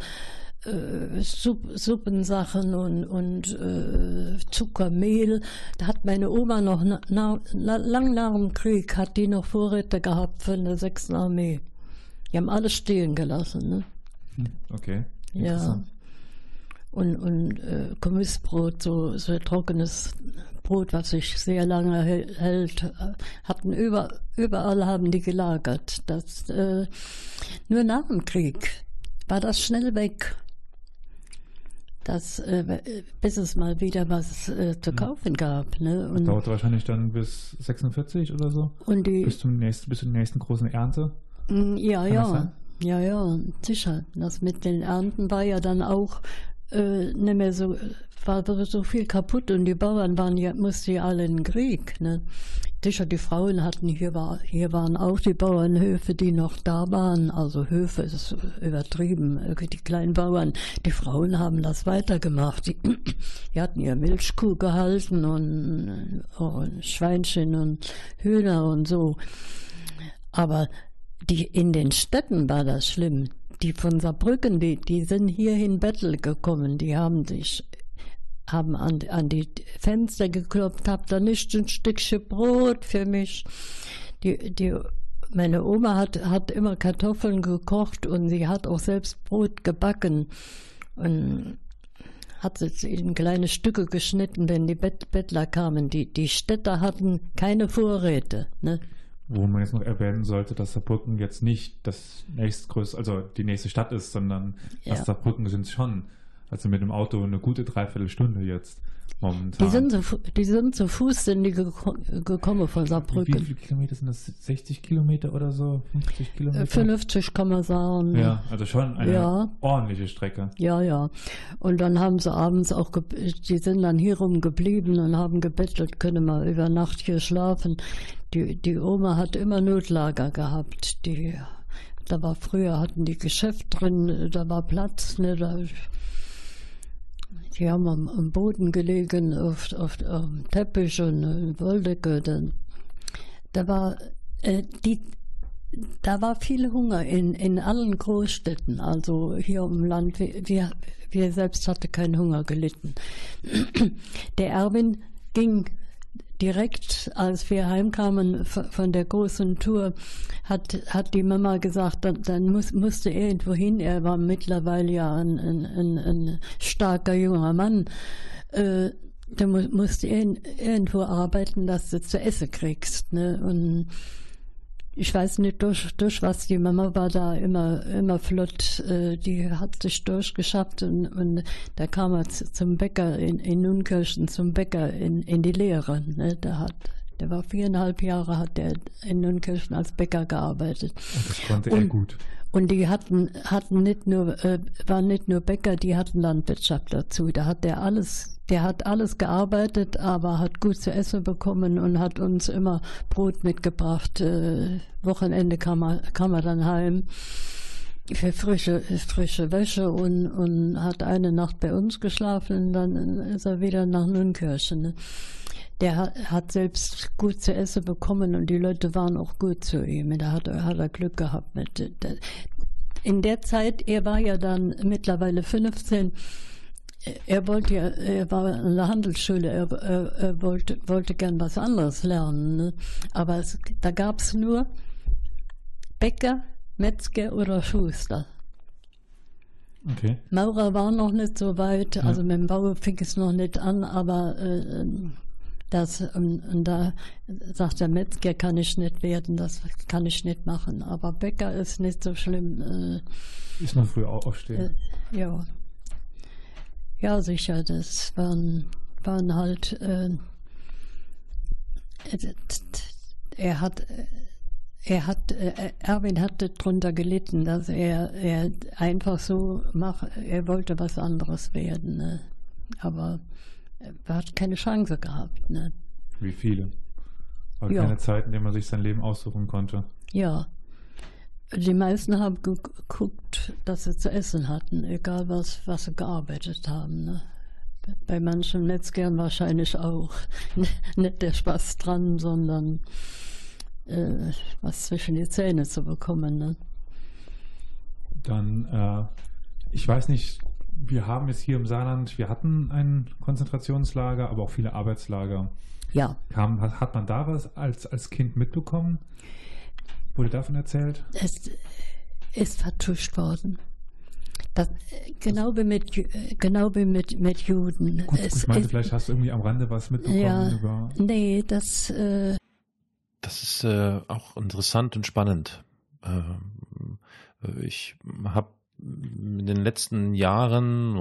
Suppensachen und Zucker, Mehl. Da hat meine Oma noch lang nach dem Krieg, hat die noch Vorräte gehabt von der 6. Armee. Die haben alles stehen gelassen. Ne? Okay. Ja. Und Kommissbrot, so trockenes Brot, was sich sehr lange hält, hatten überall haben die gelagert. Nur nach dem Krieg war das schnell weg. Bis es mal wieder was zu kaufen gab. Ne? Das dauerte wahrscheinlich dann bis 46 oder so? Und bis zur nächsten großen Ernte? Ja, sicher. Das mit den Ernten war ja dann auch nicht mehr so, war so viel kaputt und die Bauern mussten ja alle in den Krieg. Ne? Sicher, die Frauen hatten, hier waren auch die Bauernhöfe, die noch da waren, also Höfe ist übertrieben, die kleinen Bauern, die Frauen haben das weitergemacht. Die hatten ihr Milchkuh gehalten und Schweinchen und Hühner und so. Aber in den Städten war das schlimm. Die von Saarbrücken, die sind hierhin Bettel gekommen, die haben an die Fenster geklopft, habt da nicht ein Stückchen Brot für mich. Meine Oma hat immer Kartoffeln gekocht und sie hat auch selbst Brot gebacken und hat es in kleine Stücke geschnitten, wenn die Bettler kamen. Die Städter hatten keine Vorräte, ne? Wo man jetzt noch erwähnen sollte, dass Saarbrücken jetzt nicht das nächstgrößte, also die nächste Stadt ist, sondern Saarbrücken sind schon, also mit dem Auto eine gute Dreiviertelstunde jetzt momentan. Die sind zu Fuß gekommen von Saarbrücken. Wie viele Kilometer sind das? 60 Kilometer oder so? 50 Kilometer? 50 kann man sagen. Ja, also schon eine ordentliche Strecke. Ja. Und dann haben sie abends auch, die sind dann hier rumgeblieben und haben gebettelt, können wir über Nacht hier schlafen. Die Oma hat immer Notlager gehabt. Früher hatten die Geschäft drin, da war Platz, ne, die haben am Boden gelegen, auf dem Teppich und Wolldecke. Da war viel Hunger in allen Großstädten, also hier im Land. Wir selbst hatten keinen Hunger gelitten. Der Erwin ging direkt, als wir heimkamen von der großen Tour, hat die Mama gesagt, dann musste er irgendwo hin. Er war mittlerweile ja ein starker junger Mann. Da musste er irgendwo arbeiten, dass du zu essen kriegst. Ne? Und ich weiß nicht, durch was, die Mama war da immer flott, die hat sich durchgeschafft und da kam er zum Bäcker in Nunkirchen, zum Bäcker in die Lehre. Ne? Der war 4,5 Jahre, hat er in Nunkirchen als Bäcker gearbeitet. Und das konnte er gut. Und die waren nicht nur Bäcker, die hatten Landwirtschaft dazu. Der hat alles gearbeitet, aber hat gut zu essen bekommen und hat uns immer Brot mitgebracht. Wochenende kam er dann heim für frische Wäsche und hat eine Nacht bei uns geschlafen und dann ist er wieder nach Nunkirchen. Ne? Der hat selbst gut zu essen bekommen und die Leute waren auch gut zu ihm. Da hat er Glück gehabt mit. In der Zeit, er war ja dann mittlerweile 15, er war in der Handelsschule, er wollte gern was anderes lernen. Ne? Aber da gab es nur Bäcker, Metzger oder Schuster. Okay. Maurer war noch nicht so weit, also mit dem Bau fing es noch nicht an, aber und da sagt der Metzger, kann ich nicht werden, das kann ich nicht machen. Aber Bäcker ist nicht so schlimm. Ist noch früh aufstehen. Ja. Ja, sicher, das waren halt, Erwin hatte darunter gelitten, dass er einfach so er wollte was anderes werden, ne? Aber er hat keine Chance gehabt. Ne? Wie viele? Aber Ja. keine Zeit, in der man sich sein Leben aussuchen konnte. Ja. Die meisten haben geguckt, dass sie zu essen hatten, egal was sie gearbeitet haben. Ne? Bei manchen Metzgern wahrscheinlich auch. Nicht der Spaß dran, sondern was zwischen die Zähne zu bekommen. Ne? Dann, ich weiß nicht, wir haben es hier im Saarland, wir hatten ein Konzentrationslager, aber auch viele Arbeitslager. Ja. Hat man da was als Kind mitbekommen? Wurde davon erzählt? Es ist vertuscht worden. Genau wie mit Juden. Gut, ich meinte, vielleicht hast du irgendwie am Rande was mitbekommen. Ja, nee, das ist auch interessant und spannend. Ich habe in den letzten Jahren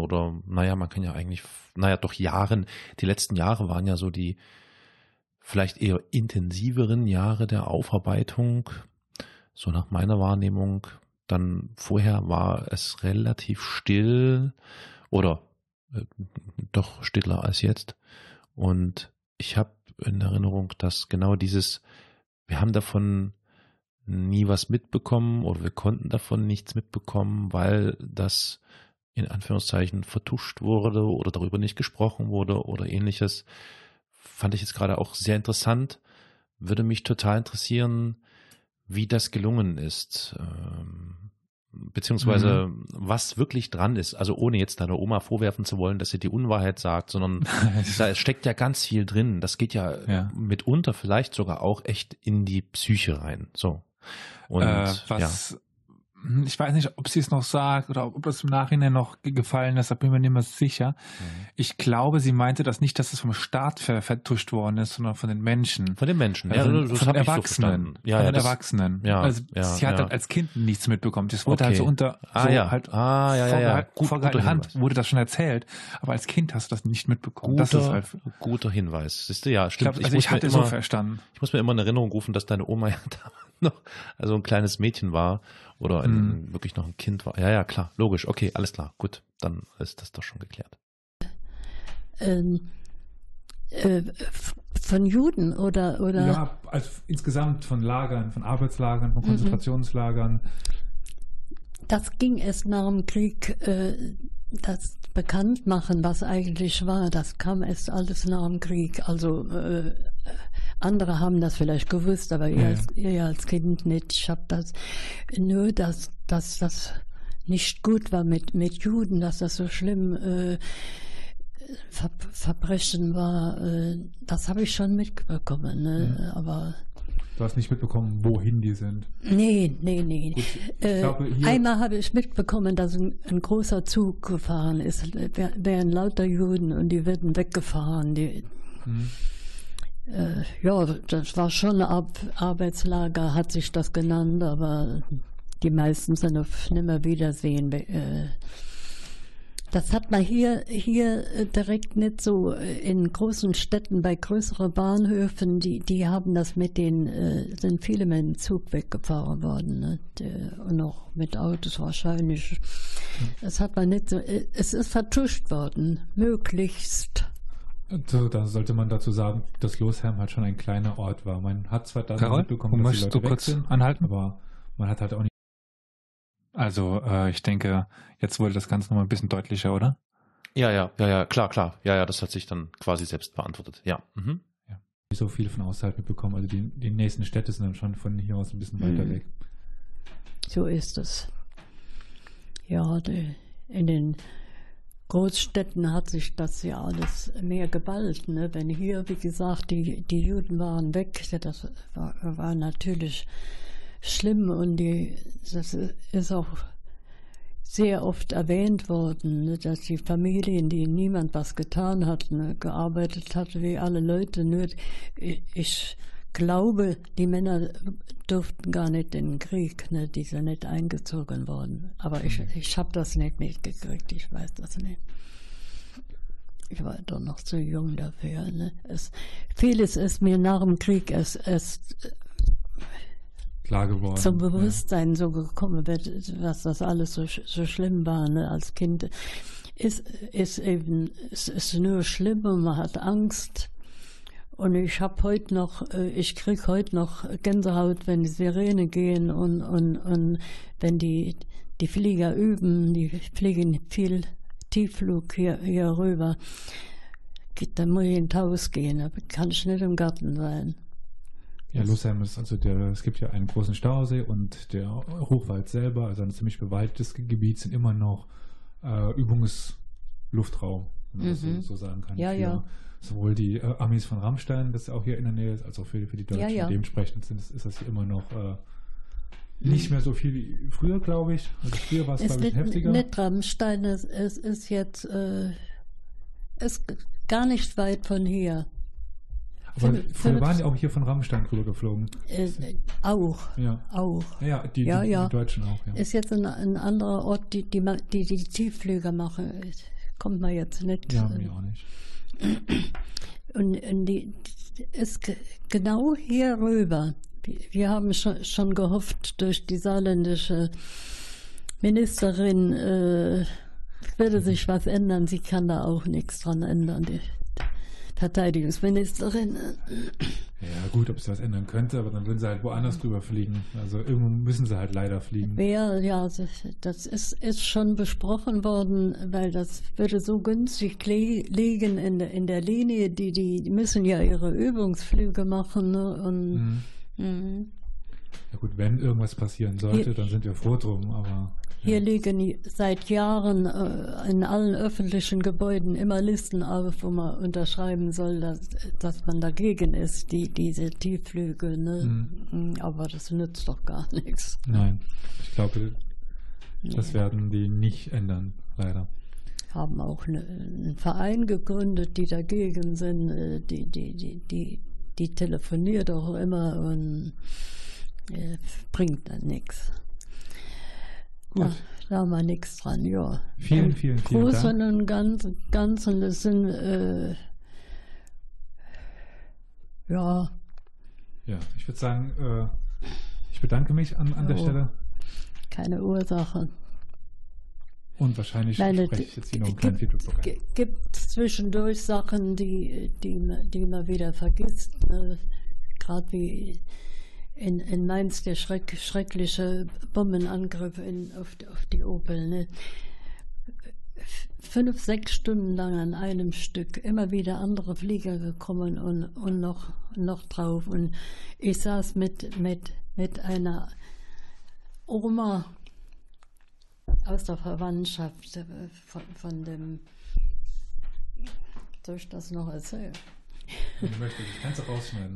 die letzten Jahre waren ja so die vielleicht eher intensiveren Jahre der Aufarbeitung, so nach meiner Wahrnehmung. Dann vorher war es relativ still oder doch stiller als jetzt. Und ich habe in Erinnerung, dass genau wir haben davon nie was mitbekommen oder wir konnten davon nichts mitbekommen, weil das in Anführungszeichen vertuscht wurde oder darüber nicht gesprochen wurde oder ähnliches. Fand ich jetzt gerade auch sehr interessant. Würde mich total interessieren, wie das gelungen ist, beziehungsweise was wirklich dran ist. Also ohne jetzt deiner Oma vorwerfen zu wollen, dass sie die Unwahrheit sagt, sondern da steckt ja ganz viel drin. Das geht ja mitunter vielleicht sogar auch echt in die Psyche rein. So. Und ich weiß nicht, ob sie es noch sagt oder ob es im Nachhinein noch gefallen ist, da bin ich mir nicht mehr sicher. Ich glaube, sie meinte das nicht, dass es vom Staat vertuscht worden ist, sondern von den Menschen. Von den Menschen, also von den Erwachsenen. So von den Erwachsenen. Ja, also sie hat halt als Kind nichts mitbekommen. Das wurde halt so vorgehaltener Hand wurde das schon erzählt, aber als Kind hast du das nicht mitbekommen. Guter Hinweis. Siehst du, ja, stimmt. Ich hatte so verstanden. Ich muss mir immer in Erinnerung rufen, dass deine Oma ja damals noch ein kleines Mädchen war oder wirklich noch ein Kind war. Ja, klar, logisch. Okay, alles klar. Gut, dann ist das doch schon geklärt. Von Juden oder? Ja, also insgesamt von Lagern, von Arbeitslagern, von Konzentrationslagern. Das ging erst nach dem Krieg, das Bekanntmachen, was eigentlich war, das kam erst alles nach dem Krieg. Also andere haben das vielleicht gewusst, aber ihr als Kind nicht. Ich habe das nur, dass das nicht gut war mit Juden, dass das so schlimm Verbrechen war. Das habe ich schon mitbekommen, ne? Aber du hast nicht mitbekommen, wohin die sind? Nee. Gut, ich glaube, einmal habe ich mitbekommen, dass ein großer Zug gefahren ist, wären lauter Juden und die werden weggefahren. Das war schon ein Arbeitslager, hat sich das genannt, aber die meisten sind auf Nimmerwiedersehen. Das hat man hier direkt nicht so in großen Städten, bei größeren Bahnhöfen, die haben das sind viele mit dem Zug weggefahren worden, ne? Und noch mit Autos wahrscheinlich. Das hat man nicht so, es ist vertuscht worden, möglichst. So, da sollte man dazu sagen, dass Losheim halt schon ein kleiner Ort war. Man hat zwar dann mitbekommen, dass die Leute weg sind, aber man hat halt auch nicht. Also ich denke, jetzt wurde das Ganze nochmal ein bisschen deutlicher, oder? Ja, klar. Ja, das hat sich dann quasi selbst beantwortet. Ja. Nicht so viel von außerhalb mitbekommen. Also die nächsten Städte sind dann schon von hier aus ein bisschen weiter weg. So ist es. Ja, in den Großstädten hat sich das ja alles mehr geballt. Ne? Wenn hier, wie gesagt, die Juden waren weg, das war natürlich schlimm und das ist auch sehr oft erwähnt worden, ne, dass die Familien, die niemand was getan hat, ne, gearbeitet hat wie alle Leute. Nur ich glaube, die Männer durften gar nicht in den Krieg, ne, die sind nicht eingezogen worden. Aber ich habe das nicht mitgekriegt, ich weiß das nicht. Ich war doch noch zu jung dafür. Ne. Vieles ist mir nach dem Krieg erst klar geworden. Zum Bewusstsein so gekommen, was das alles so schlimm war, ne, als Kind. Es ist nur schlimm und man hat Angst. Und ich kriege heute noch Gänsehaut, wenn die Sirenen gehen und wenn die Flieger üben, die fliegen viel Tiefflug hier rüber. Dann muss ich ins Haus gehen, da kann ich nicht im Garten sein. Ja, Lucerne ist es gibt ja einen großen Stausee und der Hochwald selber, also ein ziemlich bewaldetes Gebiet, sind immer noch Übungsluftraum, wenn man das so sagen kann. Ja. Sowohl die Amis von Rammstein, das auch hier in der Nähe ist, als auch für die Deutschen. Ja. Dementsprechend ist das hier immer noch nicht mehr so viel wie früher, glaube ich. Also früher war es, glaube ich, heftiger. Nicht Rammstein, es ist jetzt ist gar nicht weit von hier. Aber früher waren die auch hier von Rammstein drüber geflogen. Auch. Ja. Auch. Ja, die Deutschen auch. Ja. Ist jetzt ein anderer Ort, die Tiefflüge machen. Kommt man jetzt nicht. Ja, mir auch nicht. Und die ist genau hier rüber. Wir haben schon gehofft, durch die saarländische Ministerin würde sich was ändern. Sie kann da auch nichts dran ändern. Die Verteidigungsministerin. Ja gut, ob sie was ändern könnte, aber dann würden sie halt woanders drüber fliegen. Also irgendwo müssen sie halt leider fliegen. Ja, das ist schon besprochen worden, weil das würde so günstig liegen in der Linie. Die müssen ja ihre Übungsflüge machen. Ne? Und, Ja gut, wenn irgendwas passieren sollte, dann sind wir froh drum, aber... Hier liegen seit Jahren in allen öffentlichen Gebäuden immer Listen auf, wo man unterschreiben soll, dass man dagegen ist, diese Tiefflüge. Ne? Aber das nützt doch gar nichts. Nein, ich glaube, das werden die nicht ändern, leider. Haben auch einen Verein gegründet, die dagegen sind. Die telefoniert auch immer und bringt dann nichts. Gut. Da haben wir nichts dran, ja. Vielen Großen Dank. und Ganzen, das sind, ja. Ja, ich würde sagen, ich bedanke mich an der Stelle. Keine Ursache. Und wahrscheinlich spreche ich jetzt hier noch einen kleinen Feedback ein. Gibt zwischendurch Sachen, die man wieder vergisst. Gerade wie in Mainz der schreckliche Bombenangriff auf die Opel. Ne? 5, 6 Stunden lang an einem Stück, immer wieder andere Flieger gekommen und noch drauf. Und ich saß mit einer Oma aus der Verwandtschaft von dem... Soll ich das noch erzählen? Ich möchte, ich kann es auch rausschneiden.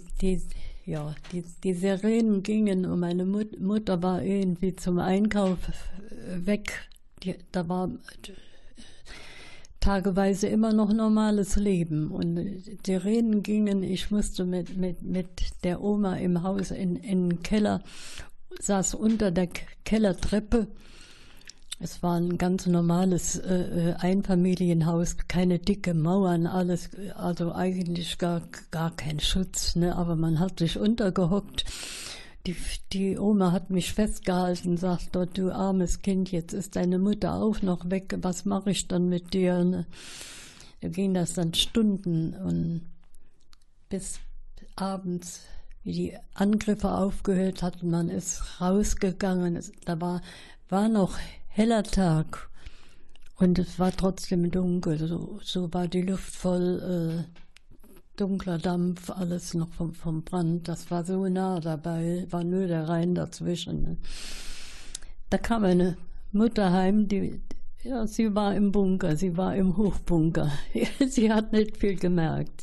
Die Sirenen gingen und meine Mutter war irgendwie zum Einkauf weg. Da war tageweise immer noch normales Leben. Und die Sirenen gingen, ich musste mit der Oma im Haus in den Keller, saß unter der Kellertreppe. Es war ein ganz normales Einfamilienhaus, keine dicke Mauern, alles, also eigentlich gar kein Schutz, ne? Aber man hat sich untergehockt. Die Oma hat mich festgehalten und sagt, dort, du armes Kind, jetzt ist deine Mutter auch noch weg, was mache ich dann mit dir? Ne? Da ging das dann Stunden und bis abends, wie die Angriffe aufgehört hatten, man ist rausgegangen, da war noch heller Tag und es war trotzdem dunkel, so war die Luft voll dunkler Dampf, alles noch vom Brand, das war so nah dabei, war nur der Rhein dazwischen. Ne? Da kam eine Mutter heim, die Ja, sie war im Bunker, sie war im Hochbunker. Sie hat nicht viel gemerkt.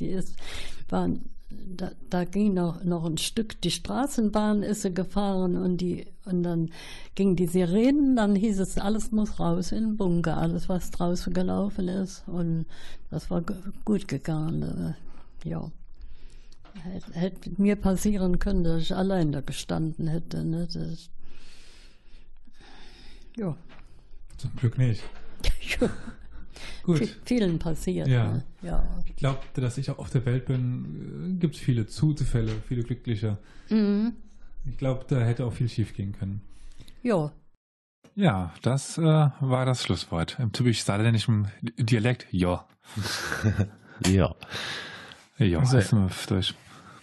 Da ging noch ein Stück, die Straßenbahn ist sie gefahren und dann ging die Sirenen, dann hieß es, alles muss raus in den Bunker, alles was draußen gelaufen ist, und das war gut gegangen. Ja, hätte mir passieren können, dass ich allein da gestanden hätte. Ne? Ja. Zum Glück nicht. Gut. Vielen passiert. Ja. Ne? Ja. Ich glaube, dass ich auch auf der Welt bin, gibt es viele Zufälle, viele Glückliche. Mhm. Ich glaube, da hätte auch viel schief gehen können. Ja. Ja, das war das Schlusswort. Im typisch saarländischen Dialekt, ja. Ja. Ja, Also, ist nur durch.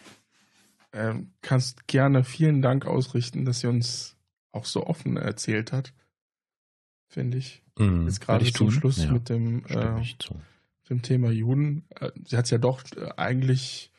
Kannst gerne vielen Dank ausrichten, dass sie uns auch so offen erzählt hat, finde ich. Jetzt gerade zum Schluss mit dem Thema Juden. Sie hat es ja doch eigentlich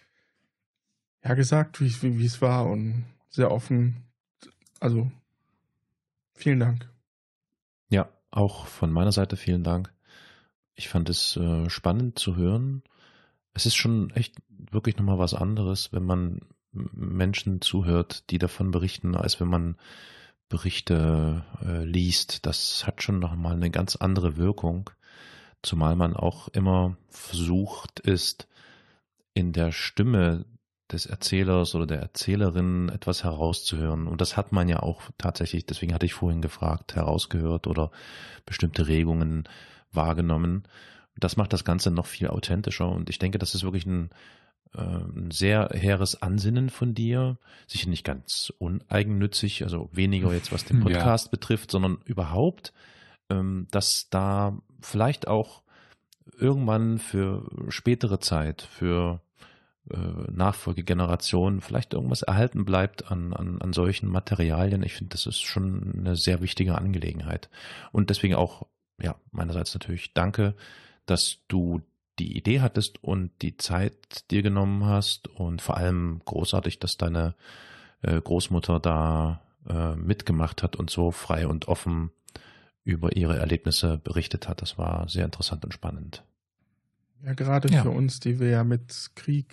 gesagt, wie es war, und sehr offen. Also vielen Dank. Ja, auch von meiner Seite vielen Dank. Ich fand es spannend zu hören. Es ist schon echt wirklich nochmal was anderes, wenn man Menschen zuhört, die davon berichten, als wenn man Berichte liest. Das hat schon nochmal eine ganz andere Wirkung, zumal man auch immer versucht ist, in der Stimme des Erzählers oder der Erzählerin etwas herauszuhören. Und das hat man ja auch tatsächlich, deswegen hatte ich vorhin gefragt, herausgehört oder bestimmte Regungen wahrgenommen. Das macht das Ganze noch viel authentischer, und ich denke, das ist wirklich ein sehr hehres Ansinnen von dir, sicher nicht ganz uneigennützig, also weniger jetzt, was den Podcast betrifft, sondern überhaupt, dass da vielleicht auch irgendwann für spätere Zeit, für Nachfolgegenerationen vielleicht irgendwas erhalten bleibt an solchen Materialien. Ich finde, das ist schon eine sehr wichtige Angelegenheit. Und deswegen auch, ja, meinerseits natürlich danke, dass du die Idee hattest und die Zeit dir genommen hast, und vor allem großartig, dass deine Großmutter da mitgemacht hat und so frei und offen über ihre Erlebnisse berichtet hat. Das war sehr interessant und spannend. Ja, gerade für uns, die wir ja mit Krieg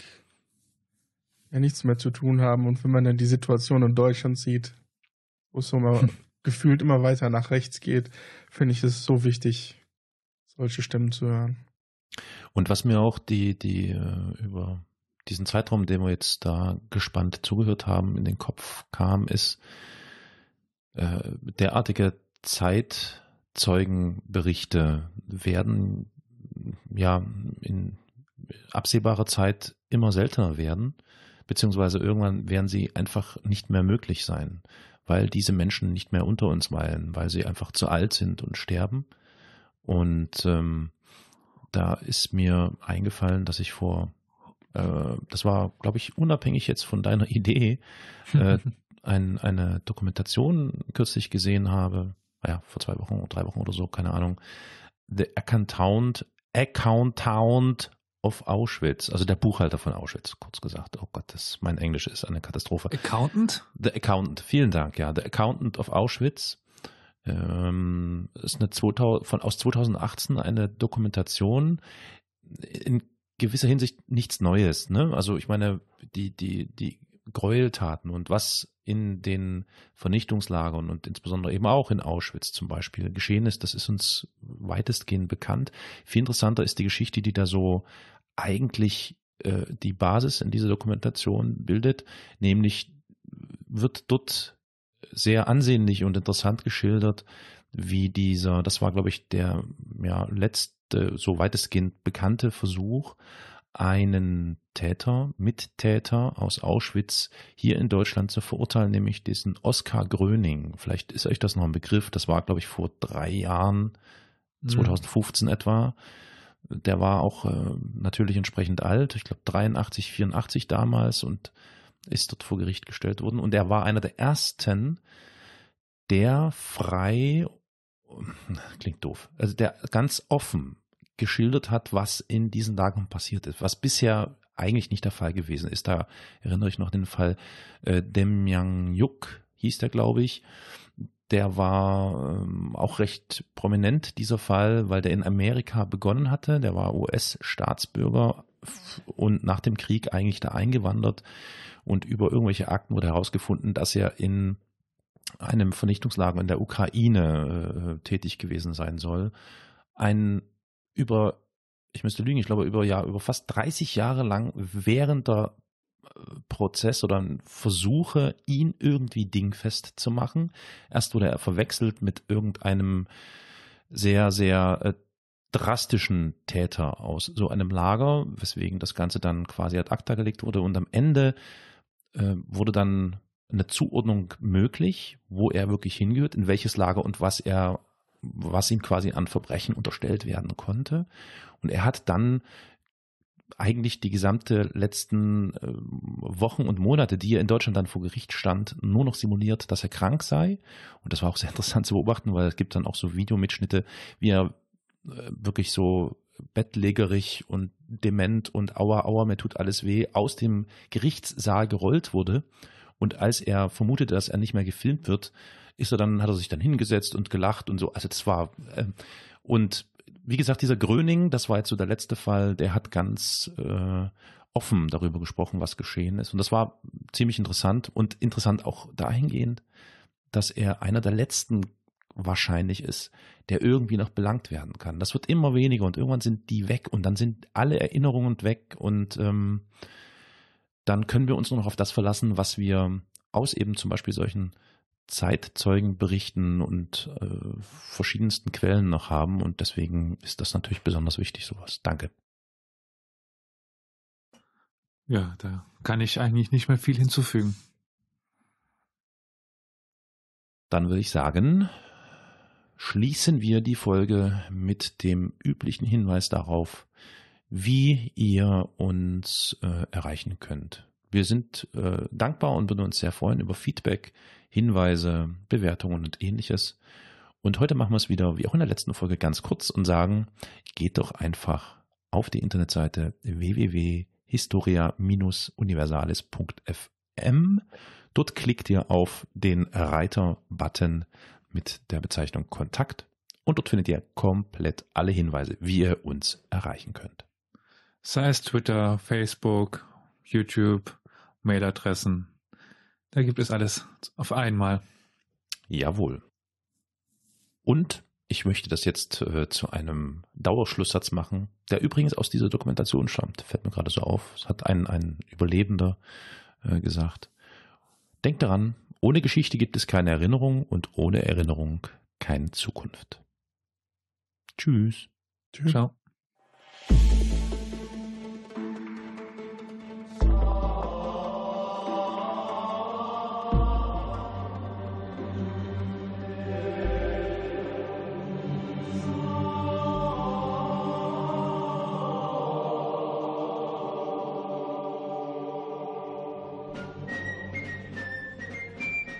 ja nichts mehr zu tun haben, und wenn man dann die Situation in Deutschland sieht, wo es so mal gefühlt immer weiter nach rechts geht, finde ich es so wichtig, solche Stimmen zu hören. Und was mir auch über diesen Zeitraum, den wir jetzt da gespannt zugehört haben, in den Kopf kam, ist derartige Zeitzeugenberichte werden ja in absehbarer Zeit immer seltener werden, beziehungsweise irgendwann werden sie einfach nicht mehr möglich sein, weil diese Menschen nicht mehr unter uns weilen, weil sie einfach zu alt sind und sterben. Und da ist mir eingefallen, dass ich das war, glaube ich, unabhängig jetzt von deiner Idee, eine Dokumentation kürzlich gesehen habe, vor 2 Wochen oder 3 Wochen oder so, keine Ahnung, The Accountant of Auschwitz, also der Buchhalter von Auschwitz, kurz gesagt. Oh Gott, mein Englisch ist eine Katastrophe. Accountant? The Accountant, vielen Dank, ja. The Accountant of Auschwitz. Ist aus 2018 eine Dokumentation, in gewisser Hinsicht nichts Neues, ne? Also ich meine, die Gräueltaten und was in den Vernichtungslagern und insbesondere eben auch in Auschwitz zum Beispiel geschehen ist, das ist uns weitestgehend bekannt. Viel interessanter ist die Geschichte, die da so eigentlich die Basis in dieser Dokumentation bildet, nämlich wird dort sehr ansehnlich und interessant geschildert, wie das war, glaube ich, der letzte, so weitestgehend bekannte Versuch, einen Mittäter aus Auschwitz hier in Deutschland zu verurteilen, nämlich diesen Oskar Gröning. Vielleicht ist euch das noch ein Begriff. Das war, glaube ich, vor 3 Jahren, 2015 etwa. Der war auch natürlich entsprechend alt, ich glaube 83, 84 damals, und ist dort vor Gericht gestellt worden. Und er war einer der ersten, der frei, klingt doof, also der ganz offen geschildert hat, was in diesen Lagern passiert ist, was bisher eigentlich nicht der Fall gewesen ist. Da erinnere ich noch den Fall Demjanjuk, hieß der, glaube ich. der war auch recht prominent, dieser Fall, weil der in Amerika begonnen hatte. Der war US-Staatsbürger und nach dem Krieg eigentlich da eingewandert, und über irgendwelche Akten wurde herausgefunden, dass er in einem Vernichtungslager in der Ukraine tätig gewesen sein soll. Ich müsste lügen, ich glaube über fast 30 Jahre lang währender Prozess oder Versuche, ihn irgendwie dingfest zu machen. Erst wurde er verwechselt mit irgendeinem sehr, sehr drastischen Täter aus so einem Lager, weswegen das Ganze dann quasi ad acta gelegt wurde, und am Ende wurde dann eine Zuordnung möglich, wo er wirklich hingehört, in welches Lager und was ihm quasi an Verbrechen unterstellt werden konnte. Und er hat dann eigentlich die gesamte letzten Wochen und Monate, die er in Deutschland dann vor Gericht stand, nur noch simuliert, dass er krank sei. Und das war auch sehr interessant zu beobachten, weil es gibt dann auch so Videomitschnitte, wie er wirklich so bettlägerig und dement und aua, mir tut alles weh, aus dem Gerichtssaal gerollt wurde. Und als er vermutete, dass er nicht mehr gefilmt wird, hat er sich dann hingesetzt und gelacht und so. Also das war, und wie gesagt, dieser Gröning, das war jetzt so der letzte Fall, der hat ganz offen darüber gesprochen, was geschehen ist. Und das war ziemlich interessant, und interessant auch dahingehend, dass er einer der letzten wahrscheinlich ist, der irgendwie noch belangt werden kann. Das wird immer weniger, und irgendwann sind die weg, und dann sind alle Erinnerungen weg, und dann können wir uns nur noch auf das verlassen, was wir aus eben zum Beispiel solchen Zeitzeugenberichten und verschiedensten Quellen noch haben, und deswegen ist das natürlich besonders wichtig, sowas. Danke. Ja, da kann ich eigentlich nicht mehr viel hinzufügen. Dann würde ich sagen, schließen wir die Folge mit dem üblichen Hinweis darauf, wie ihr uns erreichen könnt. Wir sind dankbar und würden uns sehr freuen über Feedback, Hinweise, Bewertungen und ähnliches. Und heute machen wir es wieder, wie auch in der letzten Folge, ganz kurz und sagen, geht doch einfach auf die Internetseite www.historia-universalis.fm. Dort klickt ihr auf den Reiter-Button mit der Bezeichnung Kontakt, und dort findet ihr komplett alle Hinweise, wie ihr uns erreichen könnt. Sei es Twitter, Facebook, YouTube, Mailadressen. Da gibt es alles auf einmal. Jawohl. Und ich möchte das jetzt zu einem Dauerschlusssatz machen, der übrigens aus dieser Dokumentation stammt. Fällt mir gerade so auf. Es hat ein Überlebender gesagt. Denkt daran, ohne Geschichte gibt es keine Erinnerung, und ohne Erinnerung keine Zukunft. Tschüss. Tschüss. Ciao.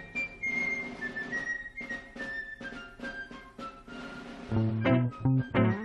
Tschüss.